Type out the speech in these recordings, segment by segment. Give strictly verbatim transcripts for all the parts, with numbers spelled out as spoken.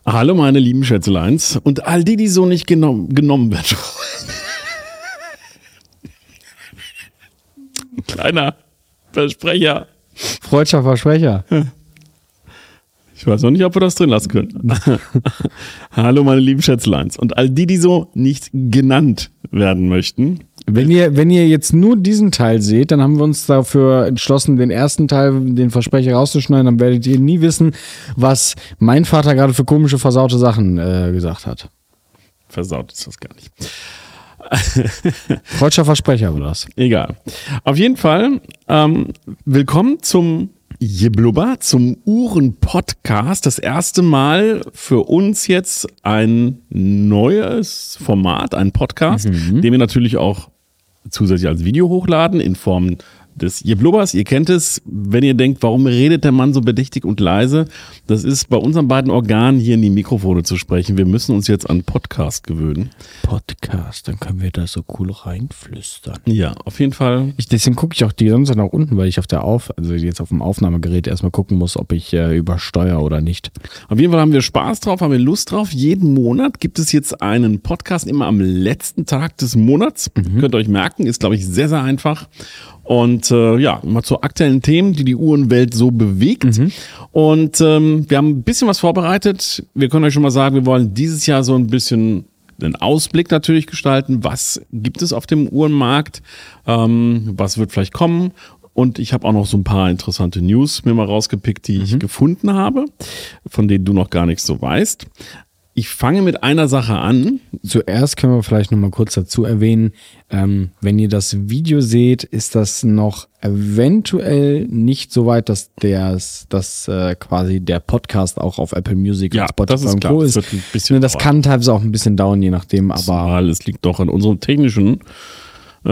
Hallo meine lieben Schätzeleins und all die, die so nicht genom- genommen werden. Kleiner Versprecher. Freudscher Versprecher. Ich weiß noch nicht, ob wir das drin lassen können. Hallo meine lieben Schätzeleins und all die, die so nicht genannt werden möchten. Wenn ihr, wenn ihr jetzt nur diesen Teil seht, dann haben wir uns dafür entschlossen, den ersten Teil, den Versprecher rauszuschneiden, dann werdet ihr nie wissen, was mein Vater gerade für komische, versaute Sachen äh, gesagt hat. Versaut ist das gar nicht. Freudscher Versprecher war das. Egal. Auf jeden Fall, ähm, willkommen zum Jeblubber, zum Uhren-Podcast. Das erste Mal für uns jetzt ein neues Format, ein Podcast, mhm. den wir natürlich auch zusätzlich als Video hochladen in Form des Jeblubbers. Ihr kennt es, wenn ihr denkt, warum redet der Mann so bedächtig und leise? Das ist bei unseren beiden Organen hier in die Mikrofone zu sprechen. Wir müssen uns jetzt an Podcast gewöhnen. Podcast, dann können wir da so cool reinflüstern. Ja, auf jeden Fall. Ich, deswegen gucke ich auch die ganze Zeit nach unten, weil ich auf der Auf, also jetzt auf dem Aufnahmegerät erstmal gucken muss, ob ich äh, übersteuere oder nicht. Auf jeden Fall haben wir Spaß drauf, haben wir Lust drauf. Jeden Monat gibt es jetzt einen Podcast, immer am letzten Tag des Monats. Mhm. Könnt ihr euch merken, ist glaube ich sehr, sehr einfach. Und äh, ja, mal zu aktuellen Themen, die die Uhrenwelt so bewegt. Mhm. Und ähm, wir haben ein bisschen was vorbereitet. Wir können euch schon mal sagen, wir wollen dieses Jahr so ein bisschen einen Ausblick natürlich gestalten. Was gibt es auf dem Uhrenmarkt? Ähm, was wird vielleicht kommen? Und ich habe auch noch so ein paar interessante News mir mal rausgepickt, die mhm. ich gefunden habe, von denen du noch gar nichts so weißt. Ich fange mit einer Sache an. Zuerst können wir vielleicht noch mal kurz dazu erwähnen, ähm, wenn ihr das Video seht, ist das noch eventuell nicht so weit, dass der, dass äh, quasi der Podcast auch auf Apple Music ja, und Spotify das ist und klar. Co. ist. Das, wird ein bisschen das kann teilweise auch ein bisschen dauern, je nachdem. Aber Weil es liegt doch an unserem technischen, äh,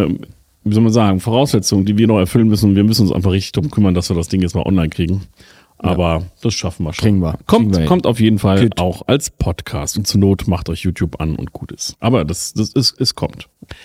wie soll man sagen, Voraussetzungen, die wir noch erfüllen müssen. Wir müssen uns einfach richtig darum kümmern, dass wir das Ding jetzt mal online kriegen. Aber ja. das schaffen wir schon. Kriegen wir. Kommt, Kriegen wir kommt auf jeden Fall Gut. auch als Podcast. Und zur Not macht euch YouTube an und gut ist. Aber das, das ist, es kommt.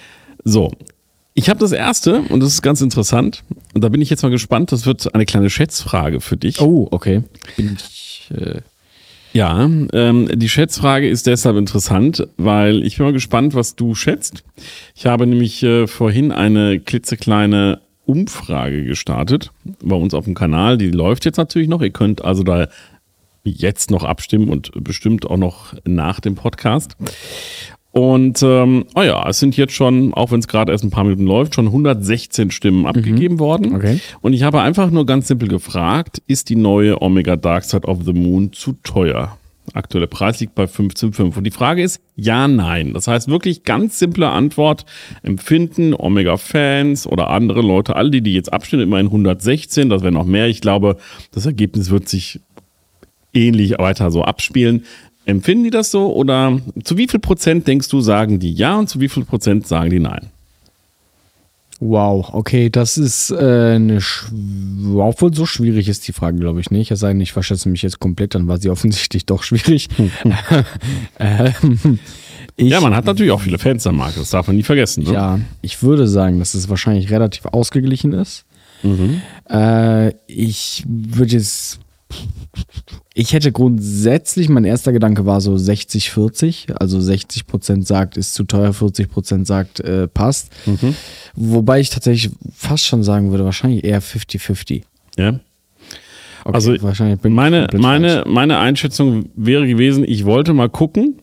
So. Ich habe das erste und das ist ganz interessant. Und da bin ich jetzt mal gespannt. Das wird eine kleine Schätzfrage für dich. Oh, okay. Bin ich, äh ja, ähm, die Schätzfrage ist deshalb interessant, weil ich bin mal gespannt, was du schätzt. Ich habe nämlich äh, vorhin eine klitzekleine Umfrage gestartet bei uns auf dem Kanal. Die läuft jetzt natürlich noch. Ihr könnt also da jetzt noch abstimmen und bestimmt auch noch nach dem Podcast. Und ähm, oh ja, es sind jetzt schon, auch wenn es gerade erst ein paar Minuten läuft, schon hundertsechzehn Stimmen abgegeben mhm. worden. Okay. Und ich habe einfach nur ganz simpel gefragt, ist die neue Omega Dark Side of the Moon zu teuer? Aktuelle Preis liegt bei fünfzehn Komma fünf. Und die Frage ist ja, nein. Das heißt wirklich ganz simple Antwort. Empfinden Omega-Fans oder andere Leute, alle, die, die jetzt abstimmen, immerhin hundertsechzehn, das wäre noch mehr. Ich glaube, das Ergebnis wird sich ähnlich weiter so abspielen. Empfinden die das so oder zu wie viel Prozent denkst du, sagen die ja und zu wie viel Prozent sagen die nein? Wow, okay, das ist äh, eine, Sch- obwohl so schwierig ist die Frage, glaube ich nicht. Es sei denn, ich verschätze mich jetzt komplett, dann war sie offensichtlich doch schwierig. ähm, ich, ja, man hat natürlich auch viele Fans am Markt, das darf man nie vergessen. Ne? Ja, ich würde sagen, dass es wahrscheinlich relativ ausgeglichen ist. Mhm. Äh, ich würde jetzt, ich hätte grundsätzlich, mein erster Gedanke war so sechzig vierzig, also sechzig Prozent sagt, ist zu teuer, vierzig Prozent sagt, äh, passt. Mhm. Wobei ich tatsächlich fast schon sagen würde, wahrscheinlich eher fünfzig fünfzig. Ja. Okay, also wahrscheinlich bin meine, ich meine, meine Einschätzung wäre gewesen, ich wollte mal gucken,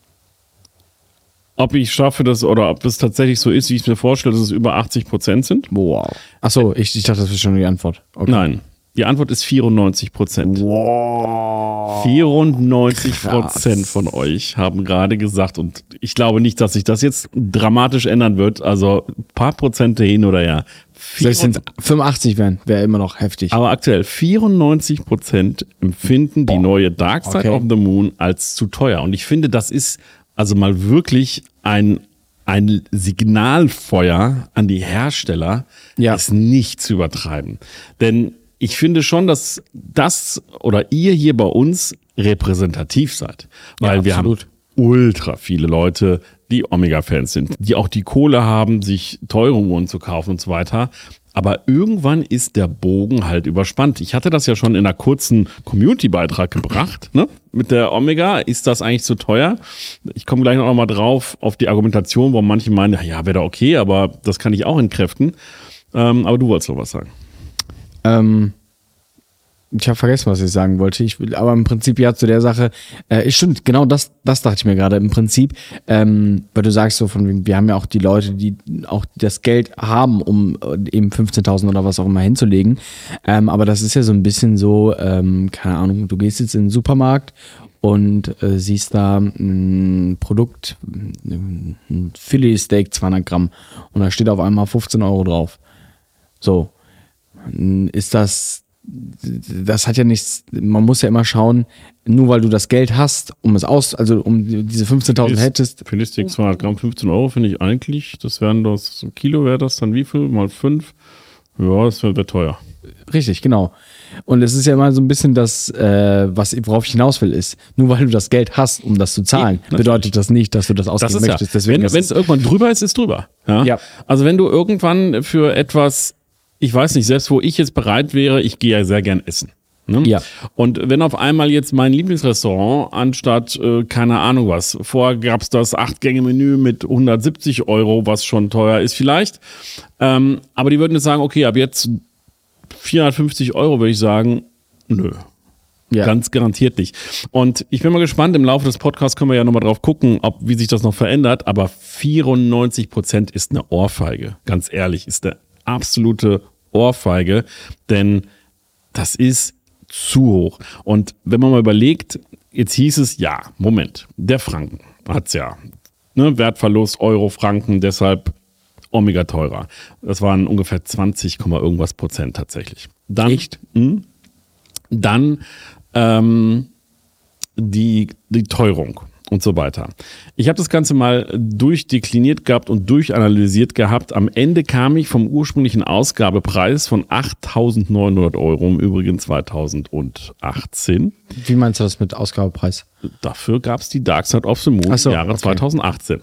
ob ich schaffe das oder ob es tatsächlich so ist, wie ich es mir vorstelle, dass es über achtzig Prozent sind. Wow. Achso, ich, ich dachte, das wäre schon die Antwort. Okay. Nein. Die Antwort ist vierundneunzig Prozent. Wow. vierundneunzig Prozent von euch haben gerade gesagt, und ich glaube nicht, dass sich das jetzt dramatisch ändern wird, also ein paar Prozente hin oder her. Selbst wenn es fünfundachtzig wären, wäre immer noch heftig. Aber aktuell vierundneunzig Prozent empfinden die neue Dark Side okay. of the Moon als zu teuer. Und ich finde, das ist also mal wirklich ein, ein Signalfeuer an die Hersteller, ja. es nicht zu übertreiben. Denn ich finde schon, dass das oder ihr hier bei uns repräsentativ seid. Weil ja, wir haben ultra viele Leute, die Omega-Fans sind, die auch die Kohle haben, sich teure Uhren zu kaufen und so weiter. Aber irgendwann ist der Bogen halt überspannt. Ich hatte das ja schon in einer kurzen Community-Beitrag gebracht, ne? Mit der Omega, ist das eigentlich zu teuer? Ich komme gleich noch mal drauf auf die Argumentation, wo manche meinen, ja, wäre da okay, aber das kann ich auch entkräften. Ähm, aber du wolltest noch was sagen. Ähm, ich habe vergessen, was ich sagen wollte. Ich will, aber im Prinzip ja zu der Sache, äh, stimmt, genau das, das dachte ich mir gerade. Im Prinzip, ähm, weil du sagst so von wegen, wir haben ja auch die Leute, die auch das Geld haben, um eben fünfzehntausend oder was auch immer hinzulegen. Ähm, aber das ist ja so ein bisschen so, ähm, keine Ahnung, du gehst jetzt in den Supermarkt und äh, siehst da ein Produkt, ein Filet Steak, zweihundert Gramm, und da steht auf einmal fünfzehn Euro drauf. So, ist das, das hat ja nichts, man muss ja immer schauen, nur weil du das Geld hast, um es aus, also um diese fünfzehntausend hättest. Filet Steak zweihundert Gramm, fünfzehn Euro finde ich eigentlich, das wären das, so ein Kilo wäre das dann wie viel, mal fünf, ja, das wäre wär teuer. Richtig, genau. Und es ist ja immer so ein bisschen das, äh, was, worauf ich hinaus will, ist, nur weil du das Geld hast, um das zu zahlen, ja, bedeutet das nicht, dass du das ausgeben das möchtest. Ja. Deswegen, wenn es irgendwann drüber ist, ist drüber. Ja? Ja. Also wenn du irgendwann für etwas, ich weiß nicht, selbst wo ich jetzt bereit wäre, ich gehe ja sehr gern essen. Ne? Ja. Und wenn auf einmal jetzt mein Lieblingsrestaurant anstatt, äh, keine Ahnung was, vorher gab es das acht-Gänge-Menü mit hundertsiebzig Euro, was schon teuer ist vielleicht, ähm, aber die würden jetzt sagen, okay, ab jetzt vierhundertfünfzig Euro, würde ich sagen, nö. Ja. Ganz garantiert nicht. Und ich bin mal gespannt, im Laufe des Podcasts können wir ja nochmal drauf gucken, ob, wie sich das noch verändert, aber vierundneunzig Prozent ist eine Ohrfeige. Ganz ehrlich, ist eine absolute Ohrfeige, denn das ist zu hoch. Und wenn man mal überlegt, jetzt hieß es, ja, Moment, der Franken hat's ja, ne, Wertverlust, Euro, Franken, deshalb Omega teurer. Das waren ungefähr zwanzig, irgendwas Prozent tatsächlich. Dann, Echt? Mh, dann ähm, die, die Teuerung und so weiter. Ich habe das Ganze mal durchdekliniert gehabt und durchanalysiert gehabt. Am Ende kam ich vom ursprünglichen Ausgabepreis von achttausendneunhundert Euro, im Übrigen zweitausendachtzehn. Wie meinst du das mit Ausgabepreis? Dafür gab es die Dark Side of the Moon im so, Jahre okay. zweitausendachtzehn.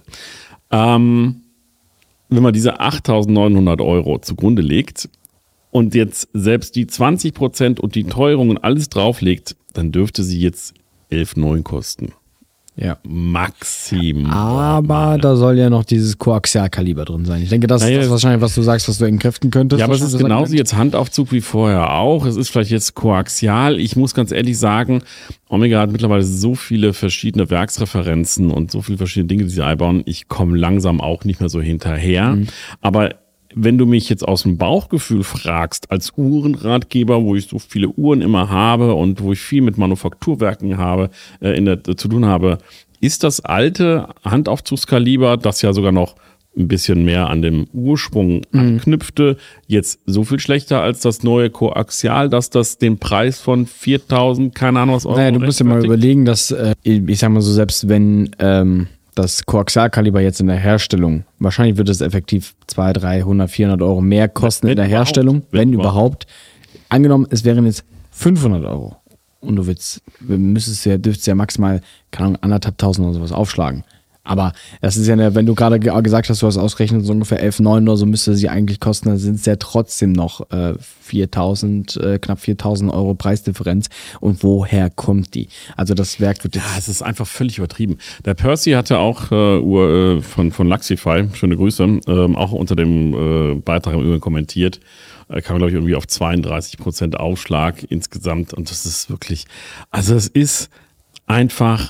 Ähm, wenn man diese achttausendneunhundert Euro zugrunde legt und jetzt selbst die zwanzig Prozent und die Teuerung und alles drauflegt, dann dürfte sie jetzt elf Komma neun kosten. Ja. Maximal. Aber da soll ja noch dieses Koaxialkaliber drin sein. Ich denke, das naja, ist das wahrscheinlich, was du sagst, was du entkräften könntest. Ja, aber es ist genauso jetzt Handaufzug wie vorher auch. Es ist vielleicht jetzt koaxial. Ich muss ganz ehrlich sagen, Omega hat mittlerweile so viele verschiedene Werksreferenzen und so viele verschiedene Dinge, die sie einbauen. Ich komme langsam auch nicht mehr so hinterher. Mhm. Aber wenn du mich jetzt aus dem Bauchgefühl fragst, als Uhrenratgeber, wo ich so viele Uhren immer habe und wo ich viel mit Manufakturwerken habe, äh, in der, zu tun habe, ist das alte Handaufzugskaliber, das ja sogar noch ein bisschen mehr an dem Ursprung mhm. anknüpfte, jetzt so viel schlechter als das neue Koaxial, dass das den Preis von viertausend, keine Ahnung was Euro. Naja, du musst dir mal überlegen, dass, äh, ich sag mal so, selbst wenn ähm das Koaxialkaliber jetzt in der Herstellung, wahrscheinlich wird es effektiv zweihundert, dreihundert, vierhundert Euro mehr kosten wenn in der Herstellung, wenn, wenn überhaupt. überhaupt. Angenommen, es wären jetzt fünfhundert Euro und du willst, müsstest ja, dürftest ja maximal, keine Ahnung, anderthalbtausend oder sowas aufschlagen. Aber das ist ja, eine, wenn du gerade gesagt hast, du hast ausgerechnet, so ungefähr elf Komma neun oder so müsste sie eigentlich kosten, dann sind es ja trotzdem noch äh, viertausend, äh, knapp viertausend Euro Preisdifferenz. Und woher kommt die? Also das Werk wird jetzt... Ja, es ist einfach völlig übertrieben. Der Percy hatte auch äh, Uhr äh, von, von Luxify, schöne Grüße, äh, auch unter dem äh, Beitrag im Übrigen kommentiert. Äh, kam, glaube ich, irgendwie auf zweiunddreißig Prozent Aufschlag insgesamt. Und das ist wirklich... Also es ist einfach...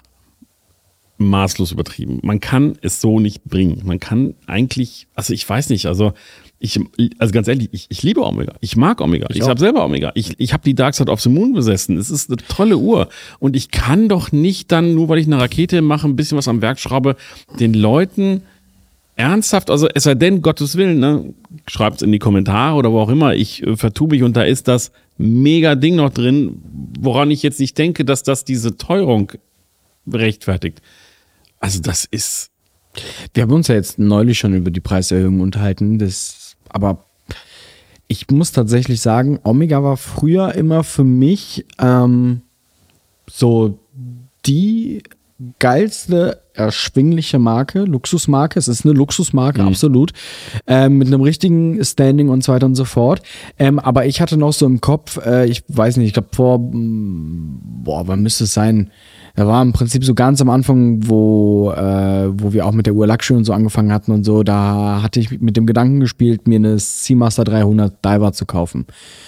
maßlos übertrieben. Man kann es so nicht bringen. Man kann eigentlich, also ich weiß nicht, also ich, also ganz ehrlich, ich, ich liebe Omega. Ich mag Omega. Ich, ich habe selber Omega. Ich, ich habe die Dark Side of the Moon besessen. Es ist eine tolle Uhr. Und ich kann doch nicht dann, nur weil ich eine Rakete mache, ein bisschen was am Werk schraube, den Leuten ernsthaft, also es sei denn, Gottes Willen, ne, schreibt es in die Kommentare oder wo auch immer, ich äh, vertue mich und da ist das mega Ding noch drin, woran ich jetzt nicht denke, dass das diese Teuerung rechtfertigt. Also das ist... Wir haben uns ja jetzt neulich schon über die Preiserhöhung unterhalten, das, aber ich muss tatsächlich sagen, Omega war früher immer für mich ähm, so die geilste, erschwingliche Marke, Luxusmarke. Es ist eine Luxusmarke, Mhm. absolut. Ähm, mit einem richtigen Standing und so weiter und so fort. Ähm, aber ich hatte noch so im Kopf, äh, ich weiß nicht, ich glaube vor, mh, boah, wann müsste es sein? Da war im Prinzip so ganz am Anfang, wo, äh, wo wir auch mit der Uhr Luxury und so angefangen hatten und so, da hatte ich mit dem Gedanken gespielt, mir eine Seamaster dreihundert Diver zu kaufen.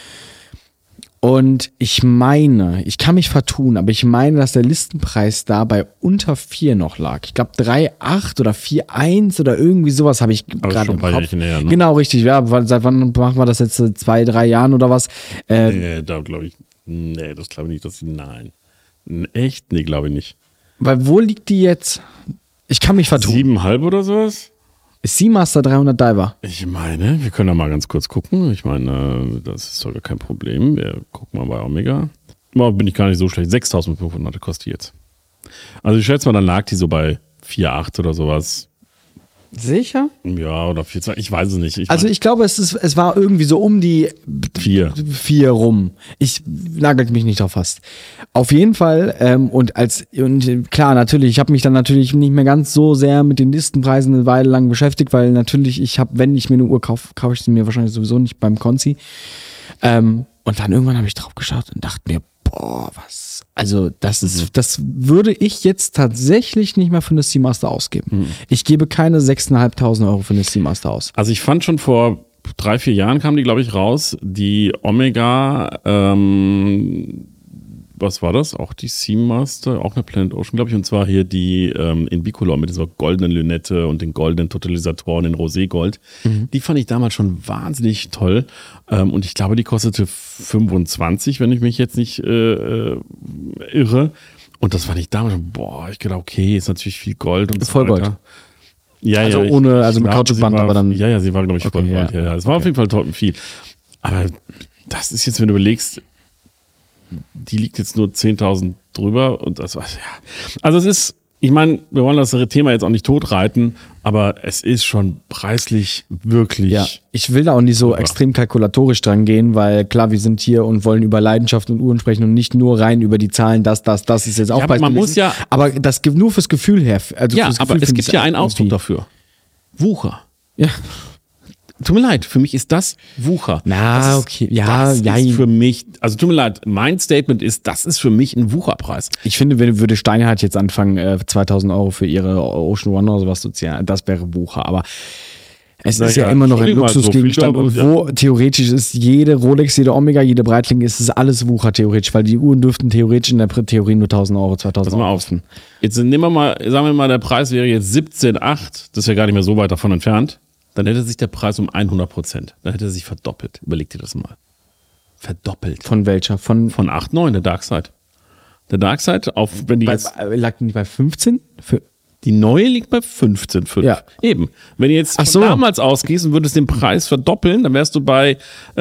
Und ich meine, ich kann mich vertun, aber ich meine, dass der Listenpreis da bei unter vier noch lag. Ich glaube drei Komma acht oder vier Komma eins oder irgendwie sowas habe ich Aber gerade schon im ein paar Kopf. Jährchen her, ne? Genau, richtig. Ja, weil- seit wann machen wir das jetzt? Seit Zwei, drei Jahren oder was? Äh, Nee, da glaube ich, nee, das glaube ich nicht, dass sie, nein. Echt? Nee, glaube ich nicht. Weil wo liegt die jetzt? Ich kann mich vertun. Siebeneinhalb oder sowas? Seamaster dreihundert Diver. Ich meine, wir können da mal ganz kurz gucken. Ich meine, das ist doch gar kein Problem. Wir gucken mal bei Omega. Oh, bin ich gar nicht so schlecht. sechstausendfünfhundert kostet die jetzt. Also ich schätze mal, dann lag die so bei vier Komma acht oder sowas. Sicher? Ja, oder vier Komma zwei. Ich weiß es nicht. Ich Also ich glaube, es, ist, es war irgendwie so um die Vier. vier rum. Ich nagelt mich nicht drauf fast. Auf jeden Fall, ähm, und als, und klar, natürlich, ich habe mich dann natürlich nicht mehr ganz so sehr mit den Listenpreisen eine Weile lang beschäftigt, weil natürlich, ich habe, wenn ich mir eine Uhr kaufe, kaufe ich sie mir wahrscheinlich sowieso nicht beim Konzi. Ähm, und dann irgendwann habe ich drauf geschaut und dachte mir, boah, was. Also, das ist, das würde ich jetzt tatsächlich nicht mehr für eine Seamaster ausgeben. Mhm. Ich gebe keine sechstausendfünfhundert Euro für eine Seamaster aus. Also ich fand schon vor drei, vier Jahren kam die, glaube ich, raus, die Omega, ähm, was war das? Auch die Seamaster, auch eine Planet Ocean, glaube ich, und zwar hier die ähm, in Bicolor mit dieser goldenen Lünette und den goldenen Totalisatoren in Roségold. Mhm. Die fand ich damals schon wahnsinnig toll. Ähm, und ich glaube, die kostete fünfundzwanzig, wenn ich mich jetzt nicht äh, irre. Und das fand ich damals schon, boah, ich gedacht, okay, ist natürlich viel Gold und so Vollgold. weiter. Ja, Also ja, ohne- ich, also ich mit glaube, Kautschukband, sie war- aber dann- Ja, ja, sie war, glaube ich, Okay, Vollgold. ja. Ja, ja. Es war auf jeden Fall toll viel. Aber das ist jetzt, wenn du überlegst, die liegt jetzt nur zehntausend drüber und das war, ja. Also es ist, ich meine, wir wollen das Thema jetzt auch nicht totreiten, aber es ist schon preislich wirklich. Ja, ich will da auch nicht so Super. extrem kalkulatorisch dran gehen, weil klar, wir sind hier und wollen über Leidenschaft und Uhren sprechen und nicht nur rein über die Zahlen, das, das, das ist jetzt auch Ja, aber man beispielsweise- muss ja- aber das gibt nur fürs Gefühl her. Also Ja, fürs aber Gefühl es finde gibt ich ja einen Ausdruck irgendwie- dafür. Wucher. Ja. Tut mir leid, für mich ist das Wucher. Na, das ist, okay. Ja, das ja. ist für mich, also tut mir leid, mein Statement ist, das ist für mich ein Wucherpreis. Ich finde, wenn würde Steinhardt jetzt anfangen, äh, zweitausend Euro für ihre Ocean One oder sowas zu zahlen, das wäre Wucher. Aber es Na ist ja, ja, immer noch ein Entschuldigung mal, so Luxusgegenstand. viel Und Geld, wo theoretisch ist jede Rolex, jede Omega, jede Breitling, ist es alles Wucher theoretisch, weil die Uhren dürften theoretisch in der Theorie nur tausend Euro, zweitausend Pass mal Euro auf. kosten. Jetzt nehmen wir mal, sagen wir mal, der Preis wäre jetzt siebzehn Komma acht, das ist ja gar nicht mehr so weit davon entfernt. Dann hätte sich der Preis um hundert Prozent, dann hätte er sich verdoppelt. Überleg dir das mal. Verdoppelt. Von welcher? Von, Von acht Komma neun, der Dark Side. Der Dark Side, auf, wenn die bei, jetzt, äh, lag die nicht bei fünfzehn? Für, die neue liegt bei fünfzehn Komma fünf. Ja. Eben. Wenn du jetzt Ach von so. damals ausgehst und würdest den Preis verdoppeln, dann wärst du bei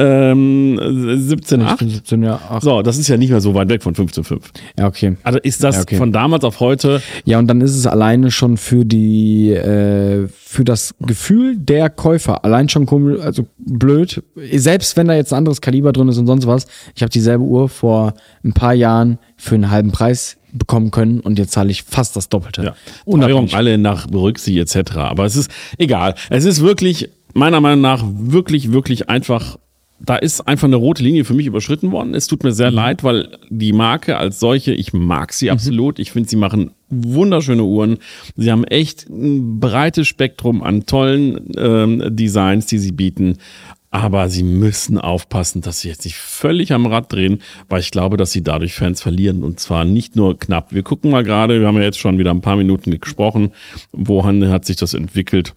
ähm, siebzehn Komma acht. siebzehn, ja, ach. So, das ist ja nicht mehr so weit weg von fünfzehn Komma fünf. Ja, okay. Also ist das Ja, okay. von damals auf heute. Ja, und dann ist es alleine schon für die, äh, für das Gefühl der Käufer allein schon komisch, also blöd. Selbst wenn da jetzt ein anderes Kaliber drin ist und sonst was. Ich habe dieselbe Uhr vor ein paar Jahren für einen halben Preis bekommen können und jetzt zahle ich fast das Doppelte. Ja. Teuerung, Unabhängig. alle nach Berücksichtigung et cetera. Aber es ist egal. Es ist wirklich, meiner Meinung nach, wirklich, wirklich einfach. Da ist einfach eine rote Linie für mich überschritten worden. Es tut mir sehr leid, weil die Marke als solche, ich mag sie absolut. Ich finde, sie machen wunderschöne Uhren. Sie haben echt ein breites Spektrum an tollen ähm, Designs, die sie bieten. Aber sie müssen aufpassen, dass sie jetzt nicht völlig am Rad drehen, weil ich glaube, dass sie dadurch Fans verlieren. Und zwar nicht nur knapp. Wir gucken mal gerade, wir haben ja jetzt schon wieder ein paar Minuten gesprochen, wohin hat sich das entwickelt.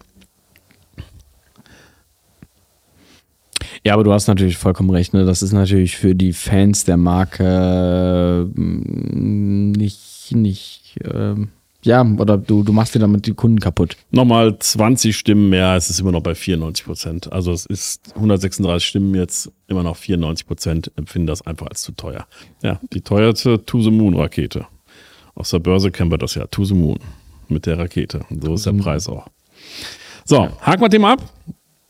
Ja, aber du hast natürlich vollkommen recht. Ne? Das ist natürlich für die Fans der Marke äh, nicht, nicht, ähm, ja, oder du, du machst dir damit die Kunden kaputt. Nochmal zwanzig Stimmen mehr, es ist immer noch bei vierundneunzig Prozent. Also es ist hundertsechsunddreißig Stimmen jetzt, immer noch vierundneunzig Prozent empfinden das einfach als zu teuer. Ja, die teuerste To-the-Moon-Rakete. Aus der Börse kennen wir das ja, To the Moon mit der Rakete. Und so ist der Preis auch. So, haken wir Thema ab.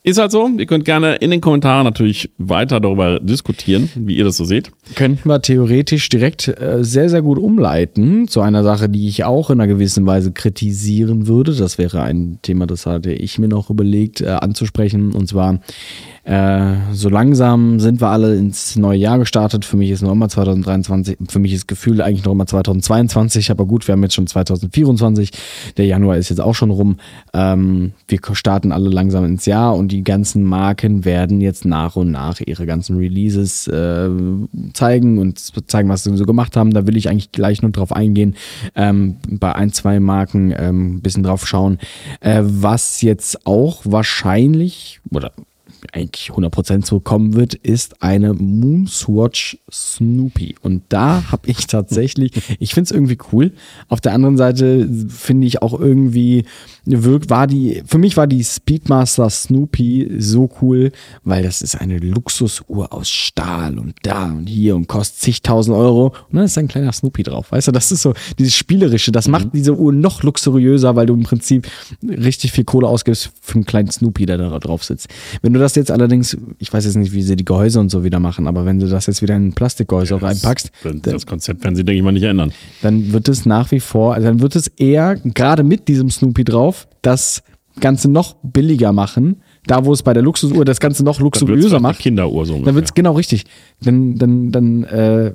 Ist halt so. Ihr könnt gerne in den Kommentaren natürlich weiter darüber diskutieren, wie ihr das so seht. Könnten wir theoretisch direkt äh, sehr, sehr gut umleiten zu einer Sache, die ich auch in einer gewissen Weise kritisieren würde. Das wäre ein Thema, das hatte ich mir noch überlegt äh, anzusprechen. Und zwar, äh, so langsam sind wir alle ins neue Jahr gestartet. Für mich ist noch immer zwanzig dreiundzwanzig, für mich ist Gefühl eigentlich noch immer zwanzig zweiundzwanzig. Aber gut, wir haben jetzt schon zwanzig vierundzwanzig. Der Januar ist jetzt auch schon rum. Ähm, wir starten alle langsam ins Jahr und die ganzen Marken werden jetzt nach und nach ihre ganzen Releases äh, zeigen und zeigen, was sie so gemacht haben. Da will ich eigentlich gleich nur drauf eingehen. Ähm, bei ein, zwei Marken ähm, ein bisschen drauf schauen. Äh, was jetzt auch wahrscheinlich oder eigentlich hundert Prozent so kommen wird, ist eine Moonswatch Snoopy. Und da habe ich tatsächlich, ich finde es irgendwie cool. Auf der anderen Seite finde ich auch irgendwie, war die, für mich war die Speedmaster Snoopy so cool, weil das ist eine Luxusuhr aus Stahl und da und hier und kostet zigtausend Euro. Und dann ist ein kleiner Snoopy drauf. Weißt du, das ist so dieses Spielerische. Das mhm. macht diese Uhr noch luxuriöser, weil du im Prinzip richtig viel Kohle ausgibst für einen kleinen Snoopy, der da drauf sitzt. Wenn du das jetzt allerdings, ich weiß jetzt nicht, wie sie die Gehäuse und so wieder machen, aber wenn du das jetzt wieder in ein Plastikgehäuse ja, reinpackst. Das, das Konzept werden sie, denke ich mal, nicht ändern. Dann wird es nach wie vor, also dann wird es eher, gerade mit diesem Snoopy drauf, das Ganze noch billiger machen. Da, wo es bei der Luxusuhr das Ganze noch luxuriöser macht. Kinderuhr so dann wird es genau richtig. Dann, dann, dann äh,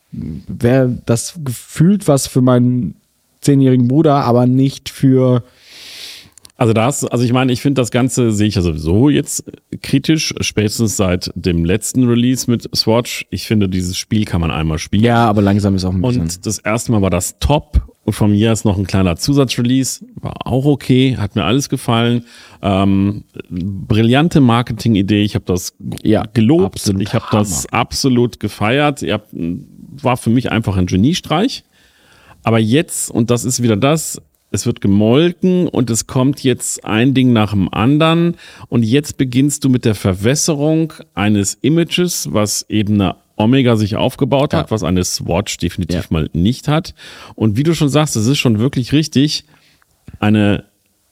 wäre das gefühlt was für meinen zehnjährigen Bruder, aber nicht für. Also das, also ich meine, ich finde das Ganze sehe ich ja sowieso jetzt kritisch, spätestens seit dem letzten Release mit Swatch. Ich finde, dieses Spiel kann man einmal spielen. Ja, aber langsam ist auch ein bisschen. Und das erste Mal war das top. Und von mir ist noch ein kleiner Zusatzrelease. War auch okay, hat mir alles gefallen. Ähm, brillante Marketingidee. Ich habe das ja, gelobt. Ich habe das absolut gefeiert. Ihr habt, war für mich einfach ein Geniestreich. Aber jetzt, und das ist wieder das, es wird gemolken und es kommt jetzt ein Ding nach dem anderen. Und jetzt beginnst du mit der Verwässerung eines Images, was eben eine Omega sich aufgebaut hat, ja. was eine Swatch definitiv ja. mal nicht hat. Und wie du schon sagst, es ist schon wirklich richtig, eine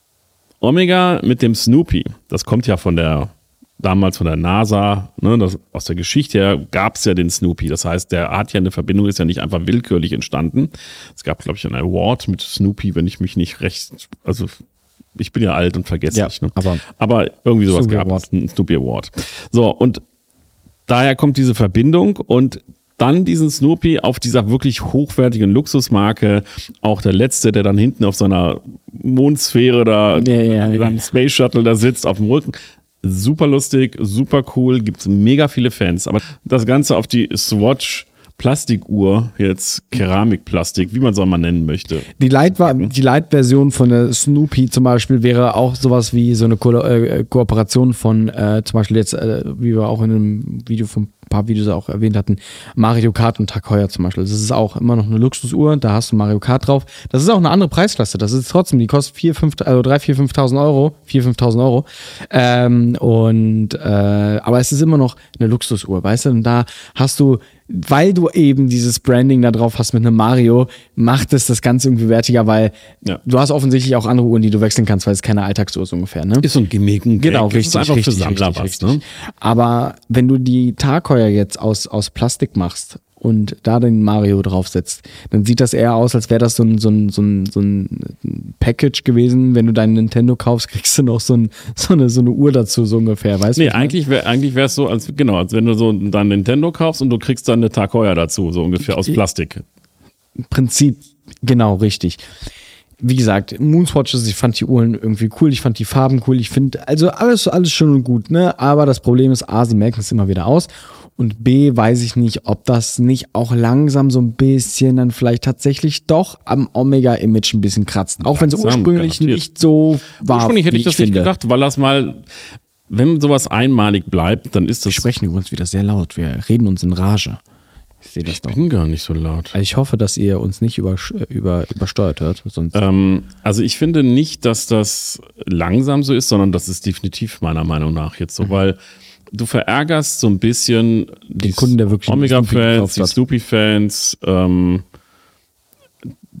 Omega mit dem Snoopy, das kommt ja von der, damals von der NASA, ne, das, aus der Geschichte her gab es ja den Snoopy. Das heißt, der hat ja eine Verbindung, ist ja nicht einfach willkürlich entstanden. Es gab, glaube ich, einen Award mit Snoopy, wenn ich mich nicht recht, also ich bin ja alt und vergesslich. Ja, ne? aber, aber irgendwie sowas gab es, ein Snoopy Award. So, und daher kommt diese Verbindung und dann diesen Snoopy auf dieser wirklich hochwertigen Luxusmarke, auch der letzte, der dann hinten auf seiner Mondsphäre da, ja, ja, ja. beim Space Shuttle da sitzt, auf dem Rücken. Super lustig, super cool, gibt's mega viele Fans. Aber das Ganze auf die Swatch Plastikuhr, jetzt Keramikplastik, wie man es auch mal nennen möchte. Die Light war, die Light-Version von der Snoopy zum Beispiel wäre auch sowas wie so eine Ko- äh, Kooperation von äh, zum Beispiel jetzt, äh, wie wir auch in einem Video von ein paar Videos auch erwähnt hatten, Mario Kart und Tag Heuer zum Beispiel. Das ist auch immer noch eine Luxusuhr, da hast du Mario Kart drauf. Das ist auch eine andere Preisklasse. Das ist trotzdem, die kostet vier, fünf, also drei, vier, fünftausend Euro, vier, fünftausend Euro. Ähm, und äh, aber es ist immer noch eine Luxusuhr, weißt du? Und da hast du, weil du eben dieses Branding da drauf hast mit einem Mario, macht es das Ganze irgendwie wertiger, weil ja. du hast offensichtlich auch andere Uhren, die du wechseln kannst, weil es keine Alltagsuhr ist ungefähr. Ne? Ist so ein Gimmick, ein Genau, richtig, ist einfach richtig, für Sammler richtig, was, richtig. Ne? Aber wenn du die Tag Heuer jetzt aus, aus Plastik machst und da den Mario draufsetzt, dann sieht das eher aus, als wäre das so ein, so, ein, so, ein, so ein Package gewesen. Wenn du deinen Nintendo kaufst, kriegst du noch so, ein, so, eine, so eine Uhr dazu, so ungefähr. Weißt nee, du, eigentlich wäre eigentlich es so, als, genau, als wenn du so dein Nintendo kaufst und du kriegst dann eine Tag Heuer dazu, so ungefähr aus Plastik. Im Prinzip, genau, richtig. Wie gesagt, Moonswatches, ich fand die Uhren irgendwie cool, ich fand die Farben cool, ich finde, also alles, alles schön und gut, ne? Aber das Problem ist, A, sie merken es immer wieder aus. Und B, weiß ich nicht, ob das nicht auch langsam so ein bisschen dann vielleicht tatsächlich doch am Omega-Image ein bisschen kratzt. Auch wenn es ursprünglich garantiert. nicht so war. Ursprünglich hätte ich das ich nicht finde. gedacht, weil das mal, wenn sowas einmalig bleibt, dann ist das. Wir sprechen übrigens wieder sehr laut, wir reden uns in Rage. Ich sehe das ich doch. bin gar nicht so laut. Also ich hoffe, dass ihr uns nicht über, über, übersteuert hört. Sonst ähm, also ich finde nicht, dass das langsam so ist, sondern das ist definitiv meiner Meinung nach jetzt so, mhm. weil du verärgerst so ein bisschen den Kunden, der wirklich Omega-Fans, die Snoopy-Fans, ähm,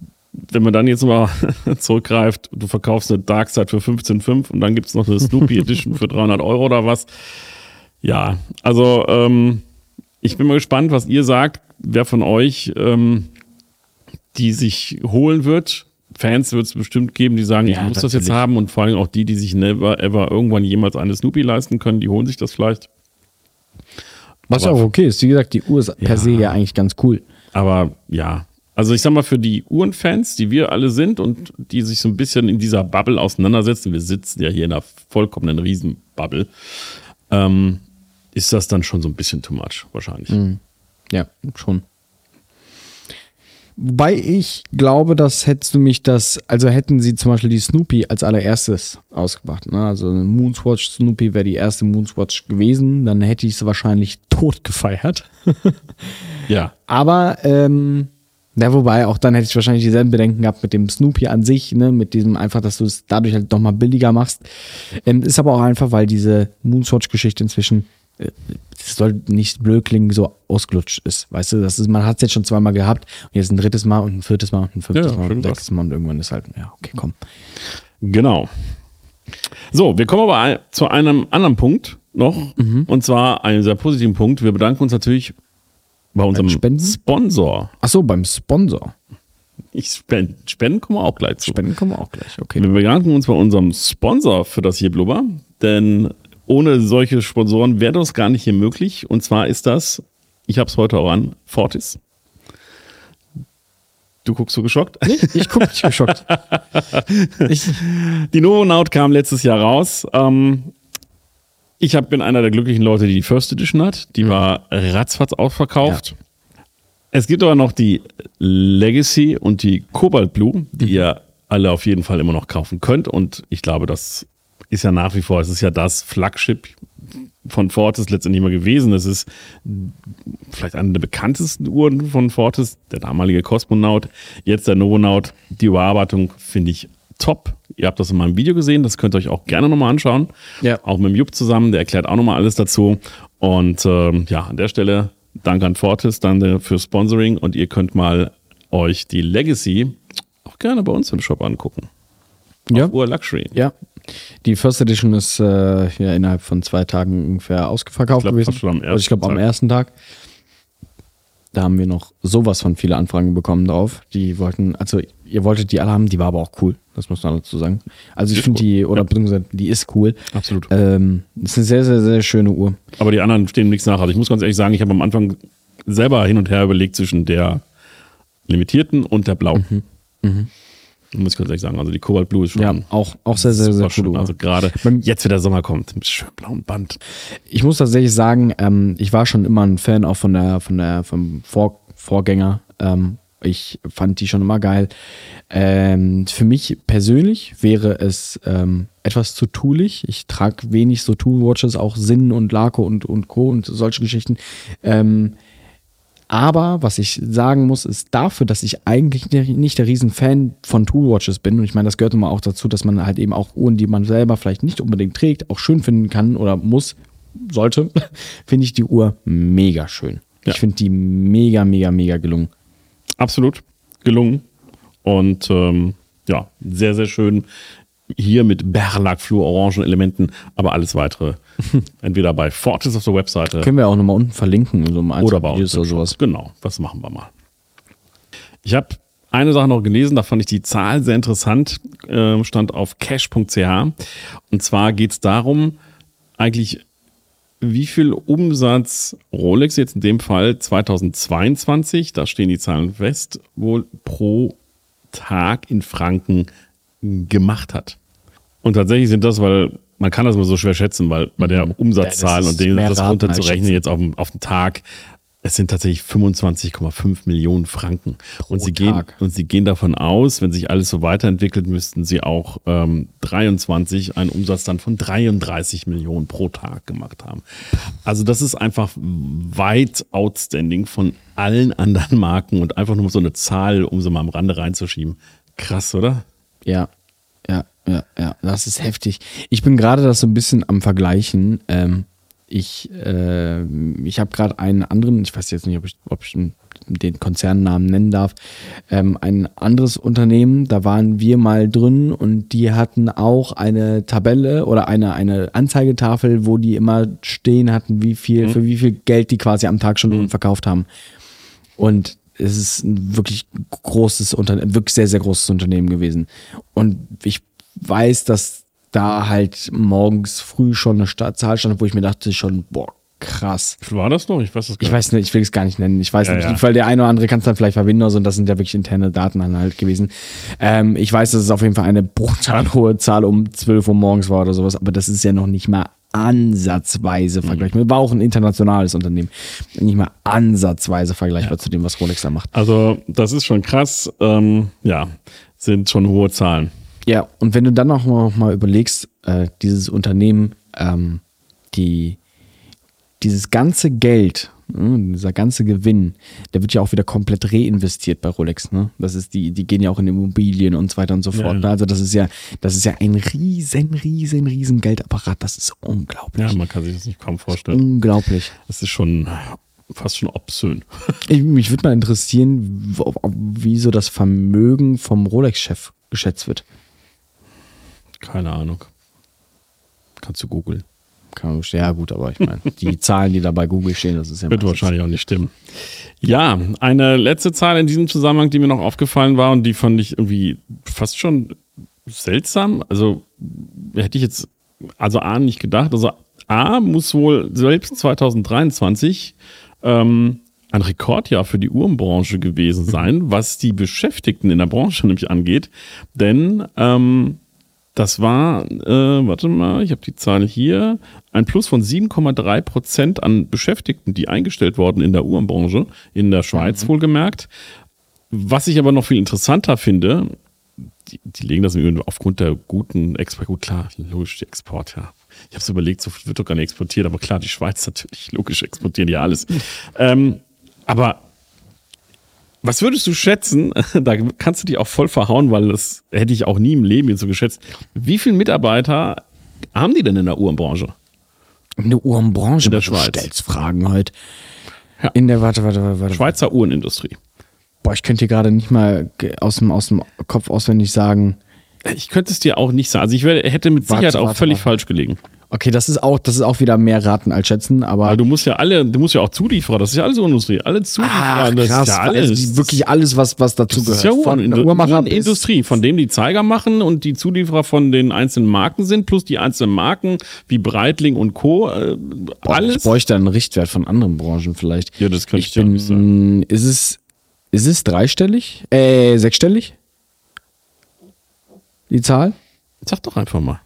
wenn man dann jetzt mal zurückgreift, du verkaufst eine Darkside für fünfzehn Komma fünf und dann gibt es noch eine Snoopy Edition für dreihundert Euro oder was. Ja, also ähm, ich bin mal gespannt, was ihr sagt. Wer von euch ähm, die sich holen wird. Fans wird es bestimmt geben, die sagen, ja, ich muss natürlich. das jetzt haben. Und vor allem auch die, die sich never ever irgendwann jemals eine Snoopy leisten können, die holen sich das vielleicht. Was aber auch okay ist. Wie gesagt, die Uhr ist ja, per se ja eigentlich ganz cool. Aber ja, also ich sag mal, für die Uhrenfans, die wir alle sind und die sich so ein bisschen in dieser Bubble auseinandersetzen, wir sitzen ja hier in einer vollkommenen Riesenbubble, ähm, ist das dann schon so ein bisschen too much wahrscheinlich. Mhm. Ja, schon. Wobei ich glaube, dass hättest du mich das, also hätten sie zum Beispiel die Snoopy als allererstes ausgebracht, ne? Also eine Moonswatch Snoopy wäre die erste Moonswatch gewesen, dann hätte ich es wahrscheinlich tot gefeiert. Ja. Aber, ähm, ja, wobei, auch dann hätte ich wahrscheinlich dieselben Bedenken gehabt mit dem Snoopy an sich, ne, mit diesem einfach, dass du es dadurch halt nochmal billiger machst. Ähm, ist aber auch einfach, weil diese Moonswatch-Geschichte inzwischen, es soll nicht blöd klingen, so ausgelutscht ist. Weißt du, das ist, man hat es jetzt schon zweimal gehabt und jetzt ein drittes Mal und ein viertes Mal und ein fünftes ja, Mal und ein sechstes Mal und irgendwann ist halt, ja, okay, komm. Genau. So, wir kommen aber zu einem anderen Punkt noch mhm. und zwar einem sehr positiven Punkt. Wir bedanken uns natürlich bei unserem Sponsor. Ach so, beim Sponsor. Ich spenden, spenden kommen wir auch gleich zu. Spenden kommen wir auch gleich, okay. Wir bedanken uns bei unserem Sponsor für das hier Blubber, denn ohne solche Sponsoren wäre das gar nicht hier möglich. Und zwar ist das, ich habe es heute auch an, Fortis. Du guckst so geschockt? Nee, ich gucke nicht geschockt. ich, die Novonaut kam letztes Jahr raus. Ähm, ich hab, bin einer der glücklichen Leute, die die First Edition hat. Die mhm. war ratzfatz ausverkauft. Ja. Es gibt aber noch die Legacy und die Cobalt Blue, die mhm. ihr alle auf jeden Fall immer noch kaufen könnt. Und ich glaube, das ist ja nach wie vor, es ist ja das Flagship von Fortis letztendlich mal gewesen. Es ist vielleicht eine der bekanntesten Uhren von Fortis, der damalige Cosmonaut, jetzt der Novonaut. Die Überarbeitung finde ich top. Ihr habt das in meinem Video gesehen, das könnt ihr euch auch gerne nochmal anschauen. Ja. Auch mit dem Jupp zusammen, der erklärt auch nochmal alles dazu. Und ähm, ja, an der Stelle danke an Fortis dann für Sponsoring und ihr könnt mal euch die Legacy auch gerne bei uns im Shop angucken. Ja. Uhr Luxury. Ja. Die First Edition ist äh, ja innerhalb von zwei Tagen ungefähr ausverkauft ich glaub, gewesen. Schon am also ich glaube am ersten Tag. Da haben wir noch sowas von viele Anfragen bekommen drauf. Die wollten, also ihr wolltet die alle haben, die war aber auch cool. Das muss man dazu sagen. Also ich finde die, oder ja. beziehungsweise die ist cool. Absolut. Ähm, das ist eine sehr, sehr, sehr schöne Uhr. Aber die anderen stehen nichts nach. Also ich muss ganz ehrlich sagen, ich habe am Anfang selber hin und her überlegt zwischen der limitierten und der blauen. Mhm. Mhm. Muss ich ganz ehrlich sagen. Also die Cobalt Blue ist schon ja, auch, auch sehr, sehr, sehr schön. Also gerade jetzt, wenn der Sommer kommt, mit schön blauen Band. Ich muss tatsächlich sagen, ähm, ich war schon immer ein Fan auch von der, von der, vom Vor Vorgänger. Ähm, ich fand die schon immer geil. Ähm, für mich persönlich wäre es ähm, etwas zu toolig. Ich trage wenig so Tool-Watches, auch Sinn und Laco und, und Co. und solche Geschichten. Ähm, Aber was ich sagen muss, ist dafür, dass ich eigentlich nicht der Riesenfan von Toolwatches bin, und ich meine, das gehört immer auch dazu, dass man halt eben auch Uhren, die man selber vielleicht nicht unbedingt trägt, auch schön finden kann oder muss, sollte, finde ich die Uhr mega schön. Ja. Ich finde die mega, mega, mega gelungen. Absolut gelungen und ähm, ja, sehr, sehr schön. Hier mit Berlac Fluor-orangen Elementen, aber alles weitere entweder bei Fortis auf der Webseite. Können wir auch nochmal unten verlinken. So oder bei uns oder sowas. Genau, das machen wir mal. Ich habe eine Sache noch gelesen, da fand ich die Zahl sehr interessant, äh, stand auf cash punkt c h. Und zwar geht es darum, eigentlich wie viel Umsatz Rolex jetzt in dem Fall zweitausendzweiundzwanzig, da stehen die Zahlen fest, wohl pro Tag in Franken gemacht hat. Und tatsächlich sind das, weil man kann das mal so schwer schätzen, weil bei der Umsatzzahl ja, und dem das runterzurechnen jetzt auf den, auf den Tag, es sind tatsächlich fünfundzwanzig Komma fünf Millionen Franken. Pro und sie Tag. gehen und sie gehen davon aus, wenn sich alles so weiterentwickelt, müssten sie auch ähm, dreiundzwanzig einen Umsatz dann von dreiunddreißig Millionen pro Tag gemacht haben. Also das ist einfach weit outstanding von allen anderen Marken und einfach nur so eine Zahl, um sie mal am Rande reinzuschieben. Krass, oder? Ja, ja, ja, ja, das ist heftig. Ich bin gerade das so ein bisschen am Vergleichen. Ähm, ich, äh, ich habe gerade einen anderen, ich weiß jetzt nicht, ob ich, ob ich den Konzernnamen nennen darf, ähm, ein anderes Unternehmen, da waren wir mal drin und die hatten auch eine Tabelle oder eine, eine Anzeigetafel, wo die immer stehen hatten, wie viel, mhm. für wie viel Geld die quasi am Tag schon mhm. verkauft haben. Und es ist ein wirklich großes Unternehmen, wirklich sehr, sehr großes Unternehmen gewesen. Und ich weiß, dass da halt morgens früh schon eine Zahl stand, wo ich mir dachte schon, boah, krass. Wie war das noch? Ich weiß es gar nicht. Ich weiß nicht, ich will es gar nicht nennen. Ich weiß ja, nicht, ja. weil der eine oder andere kann es dann vielleicht verbinden oder so, und das sind ja wirklich interne Daten halt gewesen. Ähm, ich weiß, dass es auf jeden Fall eine brutal hohe Zahl um zwölf Uhr morgens war oder sowas, aber das ist ja noch nicht mal ansatzweise vergleichbar. War auch ein internationales Unternehmen. Nicht mal ansatzweise vergleichbar ja. zu dem, was Rolex da macht. Also das ist schon krass. Ähm, ja, sind schon hohe Zahlen. Ja, und wenn du dann auch mal, mal überlegst, äh, dieses Unternehmen, ähm, die, dieses ganze Geld, ne, dieser ganze Gewinn, der wird ja auch wieder komplett reinvestiert bei Rolex. Ne? Das ist die, die gehen ja auch in Immobilien und so weiter und so fort. Ja, ja. Also das ist ja, das ist ja ein riesen, riesen, riesen Geldapparat. Das ist unglaublich. Ja, man kann sich das nicht kaum vorstellen. Unglaublich. Das ist schon fast schon obszön. Ich, mich würde mal interessieren, wie so das Vermögen vom Rolex-Chef geschätzt wird. Keine Ahnung. Kannst du googeln. Ja gut, aber ich meine, die Zahlen, die da bei Google stehen, das ist ja... Wird wahrscheinlich auch nicht stimmen. Ja, eine letzte Zahl in diesem Zusammenhang, die mir noch aufgefallen war und die fand ich irgendwie fast schon seltsam. Also hätte ich jetzt, also A, nicht gedacht. Also A, muss wohl selbst zwanzig dreiundzwanzig ähm, ein Rekordjahr für die Uhrenbranche gewesen sein, was die Beschäftigten in der Branche nämlich angeht. Denn ähm, das war, äh, warte mal, ich habe die Zahl hier, ein Plus von sieben Komma drei Prozent an Beschäftigten, die eingestellt wurden in der Uhrenbranche, in der Schweiz mhm. wohlgemerkt. Was ich aber noch viel interessanter finde, die, die legen das aufgrund der guten Export, gut klar, logisch, die Export, ja. Ich habe es überlegt, so viel wird doch gar nicht exportiert, aber klar, die Schweiz natürlich, logisch, exportieren die alles. ähm, aber was würdest du schätzen, da kannst du dich auch voll verhauen, weil das hätte ich auch nie im Leben jetzt so geschätzt, wie viele Mitarbeiter haben die denn in der Uhrenbranche? In der Uhrenbranche? In der Schweiz. Du stellst Fragen heute. Ja. In der, warte, warte, warte, warte. Schweizer Uhrenindustrie. Boah, ich könnte dir gerade nicht mal aus dem, aus dem Kopf auswendig sagen. Ich könnte es dir auch nicht sagen. Also ich hätte mit Sicherheit warte, auch warte, völlig warte. falsch gelegen. Okay, das ist auch, das ist auch wieder mehr raten als schätzen, aber. Weil du musst ja alle, du musst ja auch Zulieferer, das ist ja alles Industrie, alle Zulieferer, ah, das krass, ist ja alles. Also wirklich alles, was, was dazu das gehört. Ist ja von der Uhrmacher Industrie, von dem die Zeiger machen und die Zulieferer von den einzelnen Marken sind, plus die einzelnen Marken wie Breitling und Co. Äh, Boah, alles. Ich bräuchte einen Richtwert von anderen Branchen vielleicht. Ja, das könnte ich, ich dir bin, nicht sagen. Ist es, ist es dreistellig? Äh, sechsstellig? Die Zahl? Sag doch einfach mal.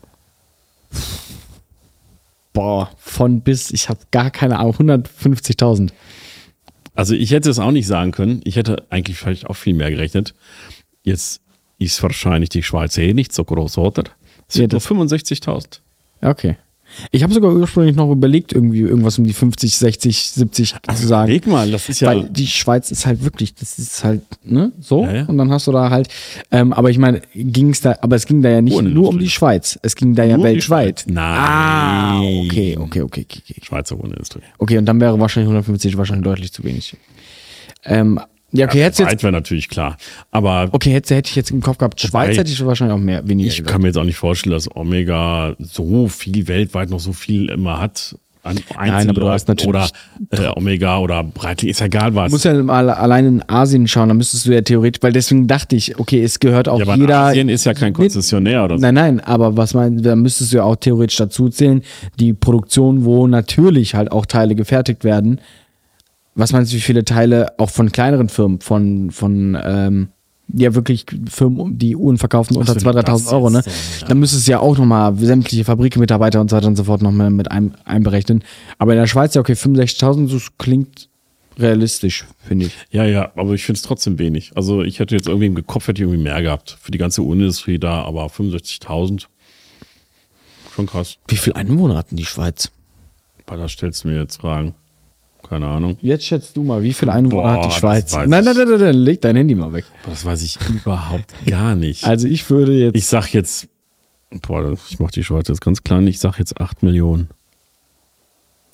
Boah, von bis, ich habe gar keine Ahnung, hundertfünfzigtausend. Also ich hätte es auch nicht sagen können. Ich hätte eigentlich vielleicht auch viel mehr gerechnet. Jetzt ist wahrscheinlich die Schweiz eh nicht so groß, oder? Es sind nur fünfundsechzigtausend. Okay. Ich habe sogar ursprünglich noch überlegt, irgendwie irgendwas um die fünfzig, sechzig, siebzig zu sagen. Leg mal, das ist ja... Weil die Schweiz ist halt wirklich, das ist halt, ne, so. Ja, ja. Und dann hast du da halt, ähm, aber ich meine, ging es da, aber es ging da ja nicht nur um die Schweiz. Es ging da ja nur weltweit. Nein. Ah, okay, okay, okay, okay. Schweizer Uhrenindustrie. Okay, und dann wäre wahrscheinlich hundertfünfzig wahrscheinlich deutlich zu wenig. Ähm, Ja, okay, ja, hätte jetzt. wäre natürlich klar. Aber. Okay, hätte, hätte ich jetzt im Kopf gehabt, Schweiz wobei, hätte ich wahrscheinlich auch mehr, weniger. Ich kann mir jetzt auch nicht vorstellen, dass Omega so viel weltweit noch so viel immer hat. An Nein, aber du hast natürlich. Oder äh, Omega oder Breitling, ist ja egal was. Du musst ja mal allein in Asien schauen, da müsstest du ja theoretisch, weil deswegen dachte ich, okay, es gehört auch ja, aber jeder. Asien ist ja kein Konzessionär oder so. Nein, nein, aber was man, da müsstest du ja auch theoretisch dazu zählen, die Produktion, wo natürlich halt auch Teile gefertigt werden. Was meinst du, wie viele Teile auch von kleineren Firmen, von, von ähm, ja wirklich Firmen, die Uhren verkaufen unter zweitausend, dreitausend Euro, ne? So, ja. Dann müsstest du ja auch nochmal sämtliche Fabrikmitarbeiter und so weiter und so fort nochmal mit ein, einberechnen. Aber in der Schweiz ja, okay, fünfundsechzigtausend, das klingt realistisch, finde ich. Ja, ja, aber ich finde es trotzdem wenig. Also ich hätte jetzt irgendwie im Kopf hätte ich irgendwie mehr gehabt für die ganze Uhrenindustrie da, aber fünfundsechzigtausend, schon krass. Wie viele Einwohner hatten die Schweiz? Boah, da stellst du mir jetzt Fragen. Keine Ahnung. Jetzt schätzt du mal, wie viele Einwohner Boah, hat die Schweiz? Nein, nein, nein, nein, nein, leg dein Handy mal weg. Das weiß ich überhaupt gar nicht. Also ich würde jetzt... Ich sag jetzt, boah, ich mach die Schweiz jetzt ganz klein, ich sag jetzt acht Millionen.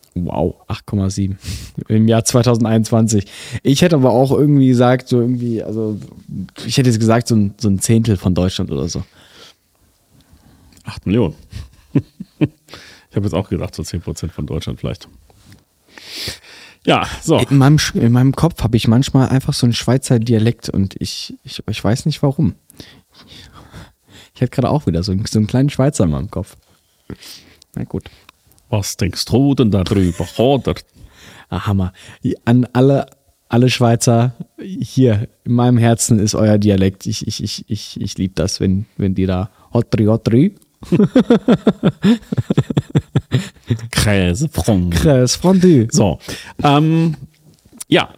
Wow, acht Komma sieben im Jahr zwanzig einundzwanzig. Ich hätte aber auch irgendwie gesagt, so irgendwie, also ich hätte jetzt gesagt, so ein, so ein Zehntel von Deutschland oder so. acht Millionen. Ich habe jetzt auch gedacht, so zehn Prozent von Deutschland vielleicht. Ja, so. In meinem, in meinem Kopf habe ich manchmal einfach so einen Schweizer Dialekt und ich, ich, ich weiß nicht warum. Ich hätte gerade auch wieder so einen, so einen kleinen Schweizer in meinem Kopf. Na gut. Was denkst du denn da drüber, oder? Ah, Hammer. An alle, alle Schweizer, hier in meinem Herzen ist euer Dialekt. Ich, ich, ich, ich, ich liebe das, wenn, wenn die da hotri hotri. Käse Fondue. Käse Fondue. So, ähm, ja.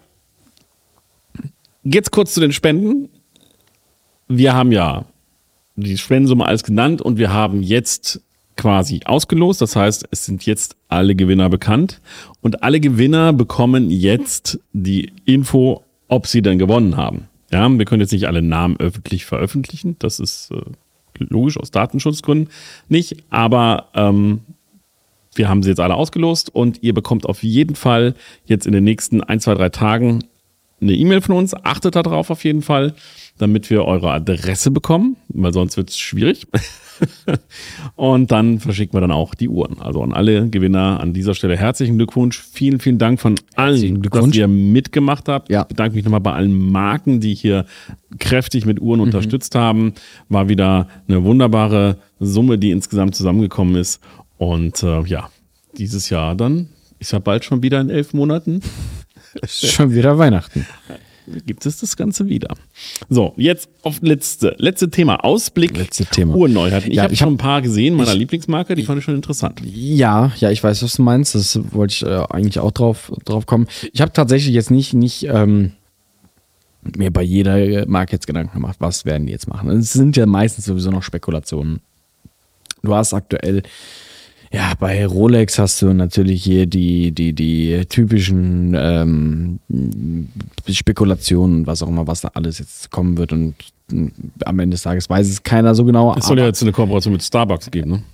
Jetzt kurz zu den Spenden. Wir haben ja die Spendensumme alles genannt und wir haben jetzt quasi ausgelost. Das heißt, es sind jetzt alle Gewinner bekannt und alle Gewinner bekommen jetzt die Info, ob sie denn gewonnen haben. Ja, wir können jetzt nicht alle Namen öffentlich veröffentlichen. Das ist äh, logisch aus Datenschutzgründen nicht, aber ähm, wir haben sie jetzt alle ausgelost und ihr bekommt auf jeden Fall jetzt in den nächsten ein, zwei, drei Tagen eine E-Mail von uns. Achtet darauf auf jeden Fall, damit wir eure Adresse bekommen, weil sonst wird es schwierig. Und dann verschicken wir dann auch die Uhren. Also an alle Gewinner an dieser Stelle herzlichen Glückwunsch. Vielen, vielen Dank von allen, dass ihr mitgemacht habt. Ja. Ich bedanke mich nochmal bei allen Marken, die hier kräftig mit Uhren mhm. unterstützt haben. War wieder eine wunderbare Summe, die insgesamt zusammengekommen ist. Und äh, ja, dieses Jahr dann ist ja bald schon wieder in elf Monaten. Schon wieder Weihnachten. Gibt es das Ganze wieder. So, jetzt auf letzte, letzte Thema. Ausblick, letzte Thema. Uhrneuheiten. Ich ja, habe schon ein paar gesehen, meiner ich, Lieblingsmarke, die fand ich schon interessant. Ja, ja, ich weiß, was du meinst. Das wollte ich äh, eigentlich auch drauf, drauf kommen. Ich habe tatsächlich jetzt nicht, nicht ähm, mir bei jeder Marke jetzt Gedanken gemacht, was werden die jetzt machen. Es sind ja meistens sowieso noch Spekulationen. Du hast aktuell Ja, bei Rolex hast du natürlich hier die, die, die typischen ähm, Spekulationen, was auch immer, was da alles jetzt kommen wird. Und am Ende des Tages weiß es keiner so genau. Es soll ja jetzt eine Kooperation mit Starbucks geben, ne?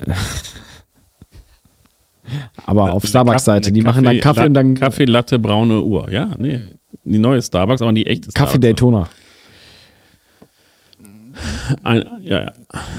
Aber auf Starbucks-Seite, die machen dann Kaffee La- und dann. Kaffee, Latte, braune Uhr. Ja, nee. Die neue Starbucks, aber die echte Starbucks. Kaffee Daytona. Ein, ja, ja.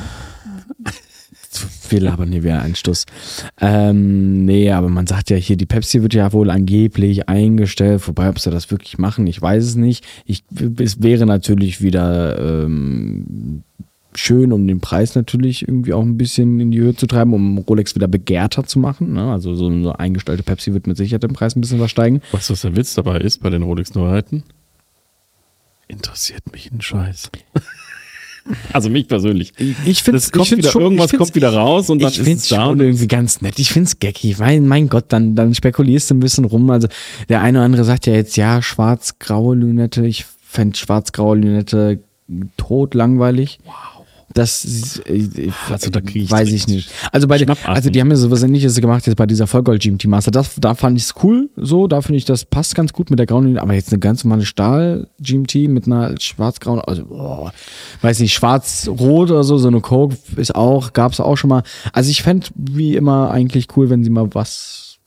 Wir labern hier wieder einen Stuss. Ähm, nee, aber man sagt ja hier, die Pepsi wird ja wohl angeblich eingestellt. Wobei, ob sie das wirklich machen, ich weiß es nicht. Ich, es wäre natürlich wieder ähm, schön, um den Preis natürlich irgendwie auch ein bisschen in die Höhe zu treiben, um Rolex wieder begehrter zu machen. Ne? Also so eine eingestellte Pepsi wird mit Sicherheit den Preis ein bisschen was steigen. Weißt du, was der Witz dabei ist bei den Rolex-Neuheiten? Interessiert mich ein Scheiß. Also mich persönlich. Ich finde es schon, irgendwas kommt wieder raus und dann ich ist es da schon irgendwie ganz nett. Ich finde es geckig, weil mein Gott, dann, dann spekulierst du ein bisschen rum. Also der eine oder andere sagt ja jetzt, ja, schwarz-graue Lünette. Ich fände schwarz-graue Lünette tot langweilig. Wow. Das äh, also, da krieg ich weiß ich nicht. Also bei den, also die haben ja sowas Ähnliches gemacht jetzt bei dieser Vollgold G M T Master. Das, da fand ich es cool. So, da finde ich, das passt ganz gut mit der grauen Linie. Aber jetzt eine ganz normale Stahl G M T mit einer schwarz-grauen, also oh, weiß nicht, schwarz-rot oder so, so eine Coke ist auch, gab es auch schon mal. Also ich fände wie immer eigentlich cool, wenn sie mal was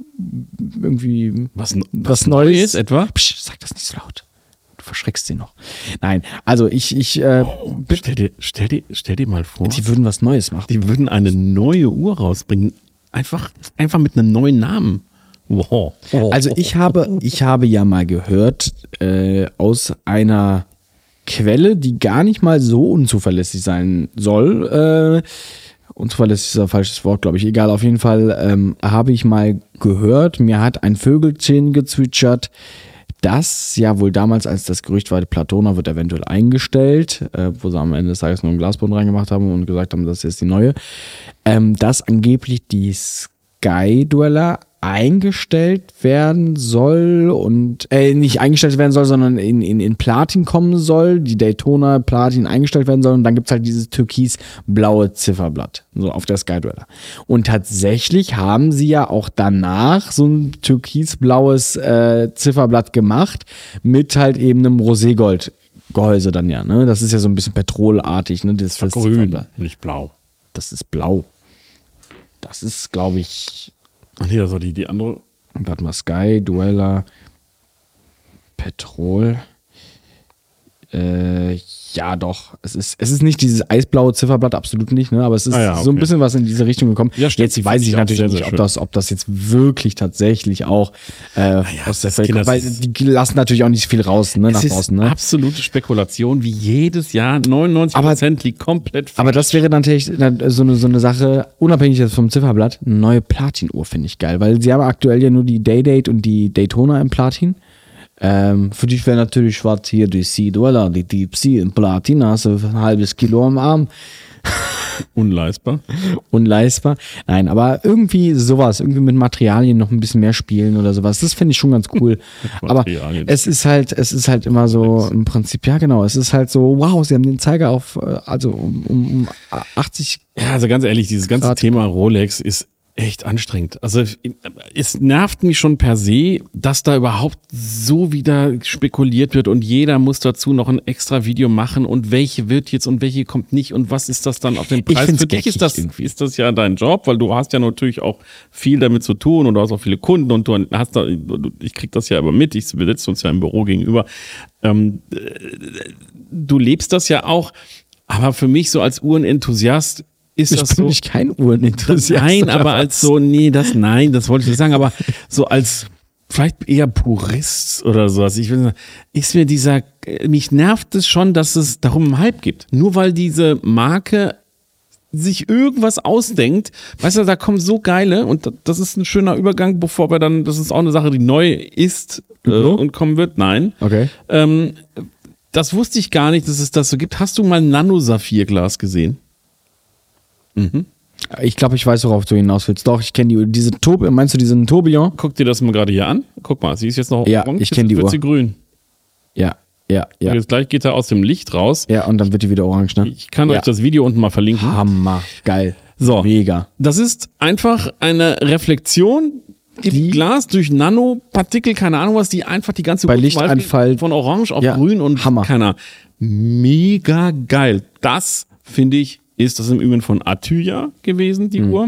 irgendwie was, was, was Neues, Neues etwa. Psch, sag das nicht so laut. Du verschreckst sie noch. Nein, also ich, ich äh, oh, stell, dir, stell, dir, stell dir mal vor, die würden was Neues machen. Die würden eine neue Uhr rausbringen. Einfach, einfach mit einem neuen Namen. Wow. Oh. Also ich habe, ich habe ja mal gehört, äh, aus einer Quelle, die gar nicht mal so unzuverlässig sein soll, äh, unzuverlässig ist ein falsches Wort, glaube ich, egal, auf jeden Fall ähm, habe ich mal gehört, mir hat ein Vögelchen gezwitschert, das ja wohl damals, als das Gerücht war, die Platona wird eventuell eingestellt, äh, wo sie am Ende des Tages nur einen Glasboden reingemacht haben und gesagt haben, das ist die neue, ähm, dass angeblich die Sky Dweller eingestellt werden soll und äh, nicht eingestellt werden soll, sondern in, in, in Platin kommen soll, die Daytona Platin eingestellt werden soll und dann gibt es halt dieses türkisblaue Zifferblatt, so auf der Sky Dweller. Und tatsächlich haben sie ja auch danach so ein türkisblaues äh, Zifferblatt gemacht mit halt eben einem Roségold Gehäuse dann ja, ne? Das ist ja so ein bisschen petrolartig, ne? Das, das ist grün, nicht blau. Das ist blau. Das ist, glaube ich, Ach nee, das war die, die andere. Warte mal, Sky, Duella, Petrol. Äh, ja, doch. Es ist, es ist nicht dieses eisblaue Zifferblatt, absolut nicht, ne? Aber es ist ah, ja, okay. so ein bisschen was in diese Richtung gekommen. Ja, stimmt, jetzt weiß ich natürlich sehr, nicht, sehr ob das, ob das jetzt wirklich tatsächlich auch äh, ja, aus der Welt kommt, weil die lassen natürlich auch nicht viel raus, ne, nach es draußen. Ist ne? absolute Spekulation, wie jedes Jahr. neunundneunzig Prozent liegt komplett falsch. Aber das wäre natürlich so eine, so eine Sache, unabhängig jetzt vom Zifferblatt, eine neue Platin-Uhr finde ich geil, weil sie haben aktuell ja nur die Day-Date und die Daytona im Platin. Ähm, für dich wäre natürlich schwarz hier die Sea-Duella, die Deep Sea in Platin, hast du ein halbes Kilo am Arm. Unleistbar. Unleistbar. Nein, aber irgendwie sowas, irgendwie mit Materialien noch ein bisschen mehr spielen oder sowas, das finde ich schon ganz cool. Aber es ist halt, es ist halt immer so im Prinzip, ja genau, es ist halt so, wow, sie haben den Zeiger auf, also um, um, um achtzig. Ja, also ganz ehrlich, dieses ganze Grad. Thema Rolex ist echt anstrengend. Also es nervt mich schon per se, dass da überhaupt so wieder spekuliert wird und jeder muss dazu noch ein extra Video machen und welche wird jetzt und welche kommt nicht und was ist das dann auf dem Preis? Für dich ist das, ist das ja dein Job, weil du hast ja natürlich auch viel damit zu tun und du hast auch viele Kunden und du hast da, ich krieg das ja aber mit, ich sitze uns ja im Büro gegenüber. Ähm, du lebst das ja auch, aber für mich so als Uhrenenthusiast ist ich das bin so, nicht kein Uhrenenthusiast. Nein, aber als so, nee, das, nein, das wollte ich nicht sagen, aber so als vielleicht eher Purist oder sowas. Ich will sagen, ist mir dieser, mich nervt es schon, dass es darum einen Hype gibt. Nur weil diese Marke sich irgendwas ausdenkt, weißt du, da kommen so geile und das ist ein schöner Übergang, bevor wir dann, das ist auch eine Sache, die neu ist äh, mhm. und kommen wird. Nein. Okay. Ähm, das wusste ich gar nicht, dass es das so gibt. Hast du mal Nano-Saphir-Glas gesehen? Mhm. Ich glaube, ich weiß, worauf du hinaus willst. Doch, ich kenne die. Diese Tourbillon, meinst du diesen Tourbillon? Guck dir das mal gerade hier an. Guck mal, sie ist jetzt noch ja, orange, ich kenne die wird Uhr. sie grün. Ja, ja, ja. Und jetzt gleich geht er aus dem Licht raus. Ja, und dann wird die wieder orange, ne? Ich kann ja. euch das Video unten mal verlinken. Hammer, geil. So, mega. Das ist einfach eine Reflexion im die Glas durch Nanopartikel, keine Ahnung was, die einfach die ganze bei Lichtanfall von orange auf ja, grün und Hammer. Keiner. Mega geil. Das finde ich ist das im Übrigen von Atyja gewesen, die mhm. Uhr.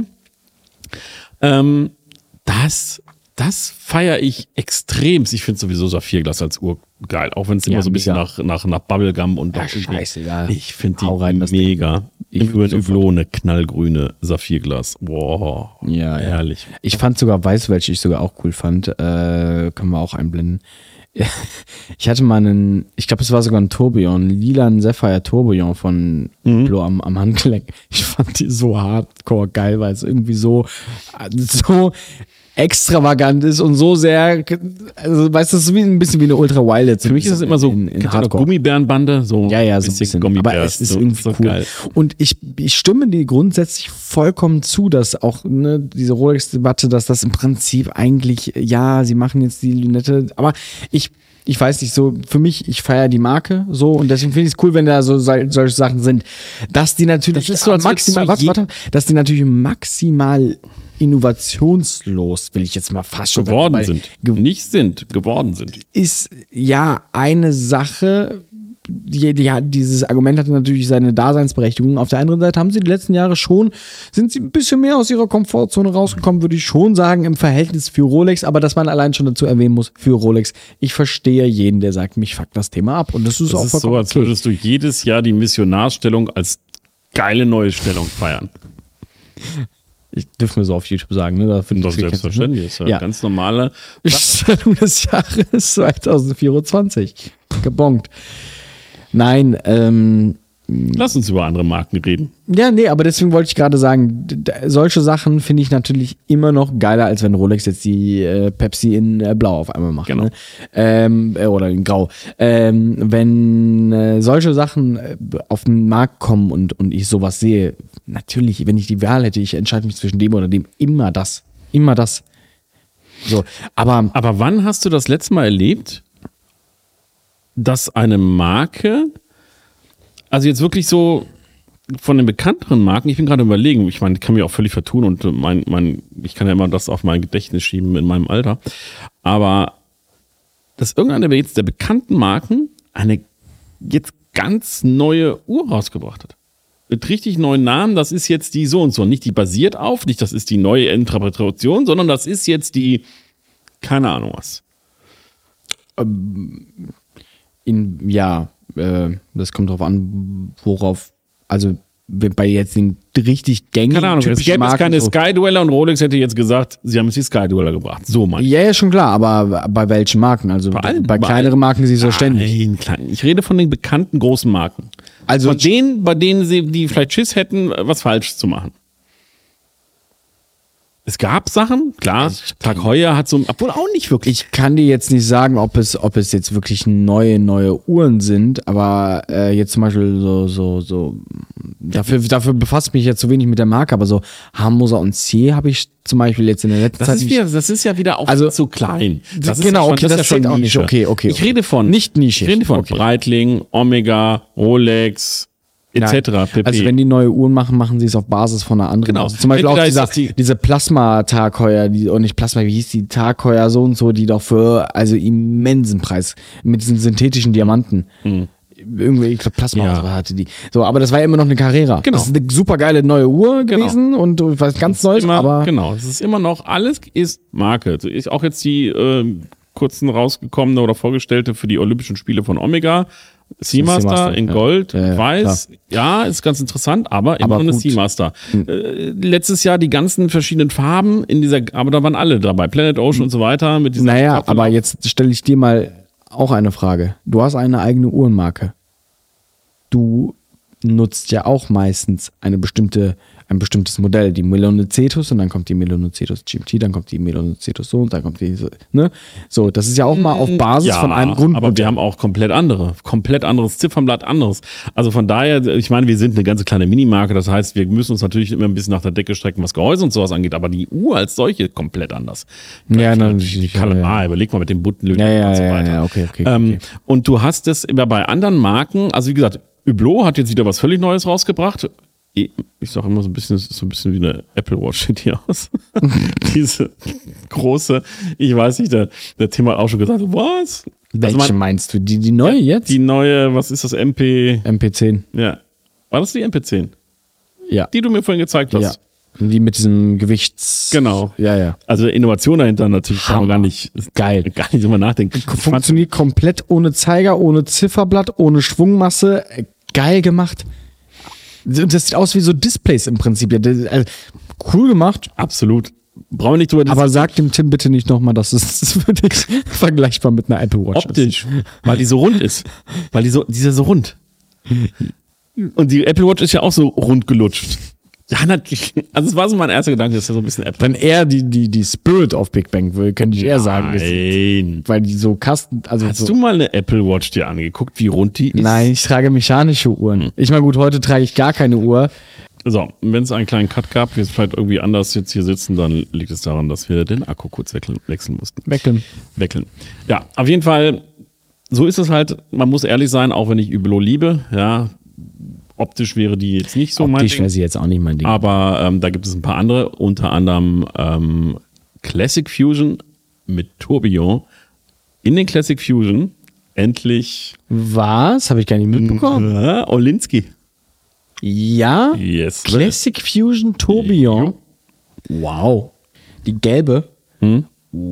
Ähm, das das feiere ich extrem. Ich finde sowieso Saphirglas als Uhr geil, auch wenn es immer ja, so ein bisschen nach, nach, nach Bubblegum und ja, scheißegal. Ich finde die rein, mega. Im Übrigen Hublot eine knallgrüne Saphirglas. Boah, ja, herrlich. Ja. Ich fand sogar weiß, welche ich sogar auch cool fand. Äh, können wir auch einblenden. Ich hatte mal einen, ich glaube, es war sogar ein Tourbillon, lilanen Sapphire Tourbillon von mhm. Blo am, am Handgelenk. Ich fand die so hardcore geil, weil es irgendwie so, so extravagant ist und so sehr, also weißt du, das ist wie, ein bisschen wie eine Ultra Wild. Für mich ist es immer so in, in Hardcore. Gummibärenbande, so ja, ja, so ein bisschen, Gummibär, aber es ist so, irgendwie so cool. Geil. Und ich, ich stimme dir grundsätzlich vollkommen zu, dass auch ne, diese Rolex-Debatte, dass das im Prinzip eigentlich, ja, sie machen jetzt die Lünette, aber ich Ich weiß nicht, so für mich, ich feiere die Marke so und deswegen finde ich es cool, wenn da so solche Sachen sind, dass die natürlich das ist so, als maximal, warte, warte, dass die natürlich maximal innovationslos, will ich jetzt mal fast schon geworden sagen, sind, ge- nicht sind, geworden sind. Ist ja eine Sache. Die, die, dieses Argument hat natürlich seine Daseinsberechtigung. Auf der anderen Seite haben sie die letzten Jahre schon, sind sie ein bisschen mehr aus ihrer Komfortzone rausgekommen, würde ich schon sagen, im Verhältnis für Rolex, aber dass man allein schon dazu erwähnen muss, für Rolex. Ich verstehe jeden, der sagt, mich fuckt das Thema ab. Und das ist das auch ist so, als würdest du jedes Jahr die Missionarstellung als geile neue Stellung feiern. Ich dürfte mir so auf YouTube sagen, ne? Da das ist selbstverständlich. Das ist ja, ja ganz normale Stellung des Jahres zwanzig vierundzwanzig. Gebongt. Nein, ähm. Lass uns über andere Marken reden. Ja, nee, aber deswegen wollte ich gerade sagen, d- solche Sachen finde ich natürlich immer noch geiler, als wenn Rolex jetzt die äh, Pepsi in äh, Blau auf einmal macht. Genau. Ne? Ähm, äh, oder in Grau. Ähm, wenn äh, solche Sachen äh, auf den Markt kommen und, und ich sowas sehe, natürlich, wenn ich die Wahl hätte, ich entscheide mich zwischen dem oder dem, immer das. Immer das. So, aber. Aber wann hast du das letzte Mal erlebt, dass eine Marke, also jetzt wirklich so von den bekannteren Marken, ich bin gerade überlegen, ich meine, ich kann mich auch völlig vertun und mein, mein, ich kann ja immer das auf mein Gedächtnis schieben in meinem Alter, aber dass irgendeine jetzt der bekannten Marken eine jetzt ganz neue Uhr rausgebracht hat. mit richtig neuen Namen, das ist jetzt die so und so. Nicht die basiert auf, nicht das ist die neue Interpretation, sondern das ist jetzt die, keine Ahnung was. In, ja, äh, das kommt drauf an, worauf, also bei jetzt den richtig gängigen Keine Ahnung, es typischen gäbe jetzt Marken keine so. Sky Dweller und Rolex hätte jetzt gesagt, sie haben jetzt die Sky Dweller gebracht. So mein ich. Ja, ja, schon klar, aber bei welchen Marken? Also bei, allen- bei bei kleineren allen- Marken sie so ständig. Nein, klein. Ich rede von den bekannten großen Marken. Also Von denen, bei denen sie, die vielleicht Schiss hätten, was falsch zu machen. Es gab Sachen, klar, Tag Heuer hat so, obwohl auch nicht wirklich. ich kann dir jetzt nicht sagen, ob es, ob es jetzt wirklich neue, neue Uhren sind, aber äh, jetzt zum Beispiel so, so, so, dafür, dafür befasst ich mich jetzt zu wenig mit der Marke, aber so Harmosa und C habe ich zum Beispiel jetzt in der letzten Das Zeit ist, nicht- wieder, das ist ja wieder auch Also- zu klein. Das ist genau, ja schon, okay, das, das ist ja zählt schon auch nicht. Nische. Okay, okay, Ich okay. rede von, Nicht nischig. ich rede von Okay. Breitling, Omega, Rolex, et cetera pp. Also wenn die neue Uhren machen, machen sie es auf Basis von einer anderen. Genau. Also zum Beispiel Entweder auch ist dieser, das die- diese Plasma-Tagheuer, die, und nicht Plasma, wie hieß die, Tagheuer so und so, die doch für also immensen Preis mit diesen synthetischen Diamanten. Irgendwie, ich glaube, Plasma Hm. Ja. oder so hatte die. So, aber das war ja immer noch eine Carrera. Genau. Das ist eine super geile neue Uhr Genau. gewesen und was ganz Neues, immer, aber genau, es ist immer noch, alles ist Marke. So ist auch jetzt die äh, kurzen rausgekommene oder vorgestellte für die Olympischen Spiele von Omega. Seamaster Seamaster, in ja. Gold, Ja, ja, weiß, ja, ist ganz interessant, aber immer Aber noch eine gut. Seamaster. Äh, letztes Jahr die ganzen verschiedenen Farben in dieser, aber da waren alle dabei, Planet Ocean und so weiter. Mit diesen naja, Stoffen. aber jetzt stelle ich dir mal auch eine Frage. Du hast eine eigene Uhrenmarke. Du nutzt ja auch meistens eine bestimmte, ein bestimmtes Modell, die Melone Cetus und dann kommt die Melone Cetus G M T, dann kommt die Melone Cetus so und dann kommt die so, ne? So, das ist ja auch mal auf Basis ja, von einem aber Grundmodell. wir haben auch komplett andere, komplett anderes Ziffernblatt, anderes. Also von daher, ich meine, wir sind eine ganze kleine Minimarke, das heißt, wir müssen uns natürlich immer ein bisschen nach der Decke strecken, was Gehäuse und sowas angeht, aber die Uhr als solche komplett anders. Ja, Die natürlich. Kalama, überleg mal mit den bunten Löten Ja, ja, und so ja, weiter. ja, okay, okay, Ähm, okay. Und du hast es immer bei anderen Marken, also wie gesagt, Hublot hat jetzt wieder was völlig Neues rausgebracht. Ich sage immer so ein bisschen, es ist so ein bisschen wie eine Apple Watch sieht die aus. Diese große, ich weiß nicht, der, der Tim hat auch schon gesagt, was? Welche Also man- meinst du? Die, die neue jetzt? Die neue, was ist das, M P, M P zehn. ja. War das die M P zehn? Ja. Die du mir vorhin gezeigt hast? Ja. Die mit diesem Gewichts... Genau. Ja, ja. Also Innovation dahinter natürlich, kann man gar nicht, Geil. gar nicht drüber nachdenken. Ich fand- Funktioniert komplett ohne Zeiger, ohne Zifferblatt, ohne Schwungmasse. Äh, Geil gemacht. Das sieht aus wie so Displays im Prinzip. Ja, das- also, cool gemacht. Absolut. Brauchen wir nicht drüber Aber sag dem Tim bitte nicht nochmal, dass es das ist wirklich vergleichbar mit einer Apple Watch optisch, weil die so rund ist. Weil die so, die ist ja so rund. Und die Apple Watch ist ja auch so rund gelutscht. Ja, natürlich. Also es war so mein erster Gedanke, das ist ja so ein bisschen Apple. Wenn er die, die, die Spirit of Big Bang will, könnte ich eher sagen. ist- Nein. Weil die so Kasten, also Hast so, du mal eine Apple Watch dir angeguckt, wie rund die ist? Nein, ich trage mechanische Uhren. Ich meine, gut, heute trage ich gar keine Uhr. So, wenn es einen kleinen Cut gab, wir jetzt vielleicht irgendwie anders jetzt hier sitzen, dann liegt es daran, dass wir den Akku kurz wechseln, wechseln mussten. Wechseln. Wechseln. Ja, auf jeden Fall, so ist es halt. Man muss ehrlich sein, auch wenn ich Hublot liebe, ja, optisch wäre die jetzt nicht so mein Optisch Ding. wäre sie jetzt auch nicht mein Ding. Aber ähm, da gibt es ein paar andere, unter anderem ähm, Classic Fusion mit Tourbillon. In den Classic Fusion endlich Was? Habe ich gar nicht mitbekommen. äh, Olinsky. Ja? Yes. Classic Fusion Tourbillon. Wow. Die gelbe. Hm?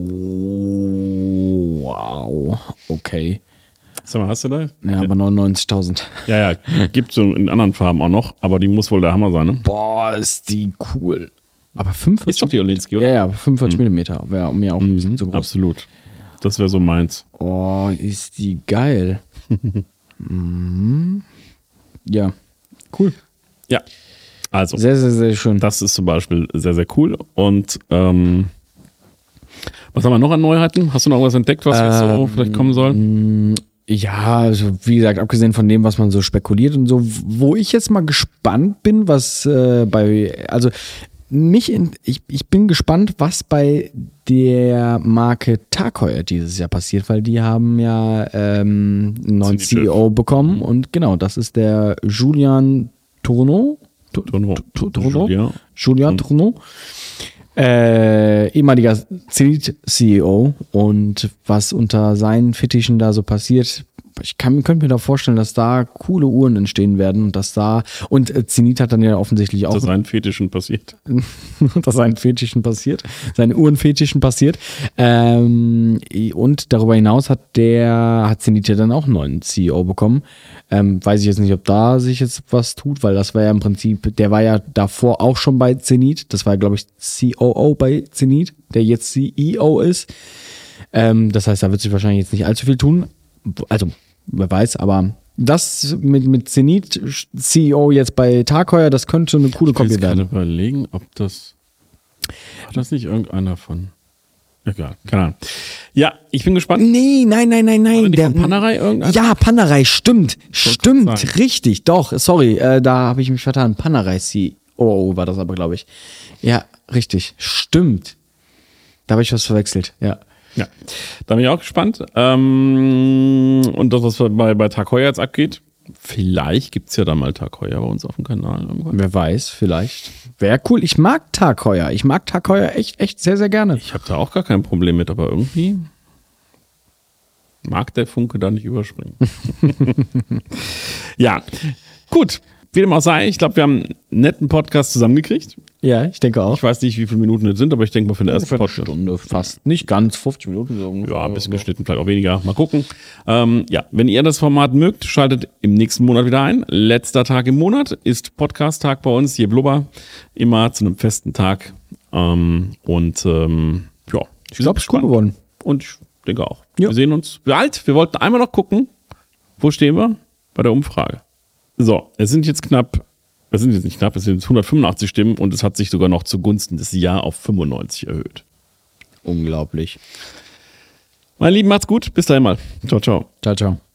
Wow. Okay. Sag mal, hast du da? Ja, aber neunundneunzigtausend. Ja, ja, gibt so in anderen Farben auch noch, aber die muss wohl der Hammer sein, ne? Boah, ist die cool. Aber fünfundvierzig? Ist doch die Olinsky, oder? Ja, ja, fünfundvierzig Millimeter. Wäre mir auch ein bisschen zu groß. Absolut. Das wäre so meins. Oh, ist die geil. mhm. Ja, cool. Ja. Also, Sehr, sehr, sehr schön. das ist zum Beispiel sehr, sehr cool. Und ähm, was haben wir noch an Neuheiten? Hast du noch irgendwas entdeckt, was jetzt so vielleicht kommen soll? Ja, also wie gesagt, abgesehen von dem, was man so spekuliert und so, wo ich jetzt mal gespannt bin, was äh, bei, also mich, in, ich, ich bin gespannt, was bei der Marke Tag Heuer dieses Jahr passiert, weil die haben ja ähm, einen neuen Sind die C E O bekommen und genau, das ist der Julian Tourneau. Tu- Tourneau. Tu- Tourneau? Julian. Julian Tourneau. Äh, ehemaliger Zenith-C E O und was unter seinen Fittichen da so passiert, ich kann, könnte mir da vorstellen, dass da coole Uhren entstehen werden und dass da, und äh, Zenit hat dann ja offensichtlich auch. Dass seinen Fetischen passiert. dass seinen Fetischen passiert, seinen Uhrenfetischen passiert. Ähm, und darüber hinaus hat der, hat Zenit ja dann auch einen neuen C E O bekommen. Ähm, weiß ich jetzt nicht, ob da sich jetzt was tut, weil das war ja im Prinzip, der war ja davor auch schon bei Zenit. Das war, glaube ich, C O O bei Zenit, der jetzt C E O ist. Ähm, das heißt, da wird sich wahrscheinlich jetzt nicht allzu viel tun. Also, wer weiß, aber das mit, mit Zenit C E O jetzt bei Tag Heuer, das könnte eine coole Kombi werden. Ich kann überlegen, ob das. War das nicht irgendeiner von. Egal, keine Ahnung. Ja, ich bin gespannt. Nee, nein, nein, nein, nein. Der Panerai irgendeiner? Ja, Panerai, stimmt. Soll Stimmt, sein. richtig, doch. Sorry, äh, da habe ich mich vertan. Panerai C E O war das aber, glaube ich. Ja, richtig, stimmt. Da habe ich was verwechselt, ja. Ja, da bin ich auch gespannt. Ähm, und das, was bei, bei Tag Heuer jetzt abgeht, vielleicht gibt es ja dann mal Tag Heuer bei uns auf dem Kanal irgendwann. Wer weiß, vielleicht. Wäre cool. Ich mag Tag Heuer. Ich mag Tag Heuer echt, echt sehr, sehr gerne. Ich habe da auch gar kein Problem mit, aber irgendwie mag der Funke da nicht überspringen. Ja, gut. Wie dem auch sei, ich glaube, wir haben einen netten Podcast zusammengekriegt. Ja, ich denke auch. Ich weiß nicht, wie viele Minuten es sind, aber ich denke mal für den ersten Eine Podcast. Stunde fast. Nicht ganz, fünfzig Minuten. So ungefähr. Ja, ein bisschen geschnitten, vielleicht auch weniger. Mal gucken. Ähm, ja, wenn ihr das Format mögt, schaltet im nächsten Monat wieder ein. Letzter Tag im Monat ist Podcast-Tag bei uns, hier Blubber. Immer zu einem festen Tag. Ähm, und ähm, ja, Ich glaube, es ist cool geworden. Und ich denke auch. Ja. Wir sehen uns bald. Wir wollten einmal noch gucken, wo stehen wir bei der Umfrage. So, es sind jetzt knapp, es sind jetzt nicht knapp, es sind jetzt hundertfünfundachtzig Stimmen und es hat sich sogar noch zugunsten des Ja auf fünfundneunzig erhöht. Unglaublich. Meine Lieben, macht's gut. Bis dahin mal. Ciao, ciao. Ciao, ciao.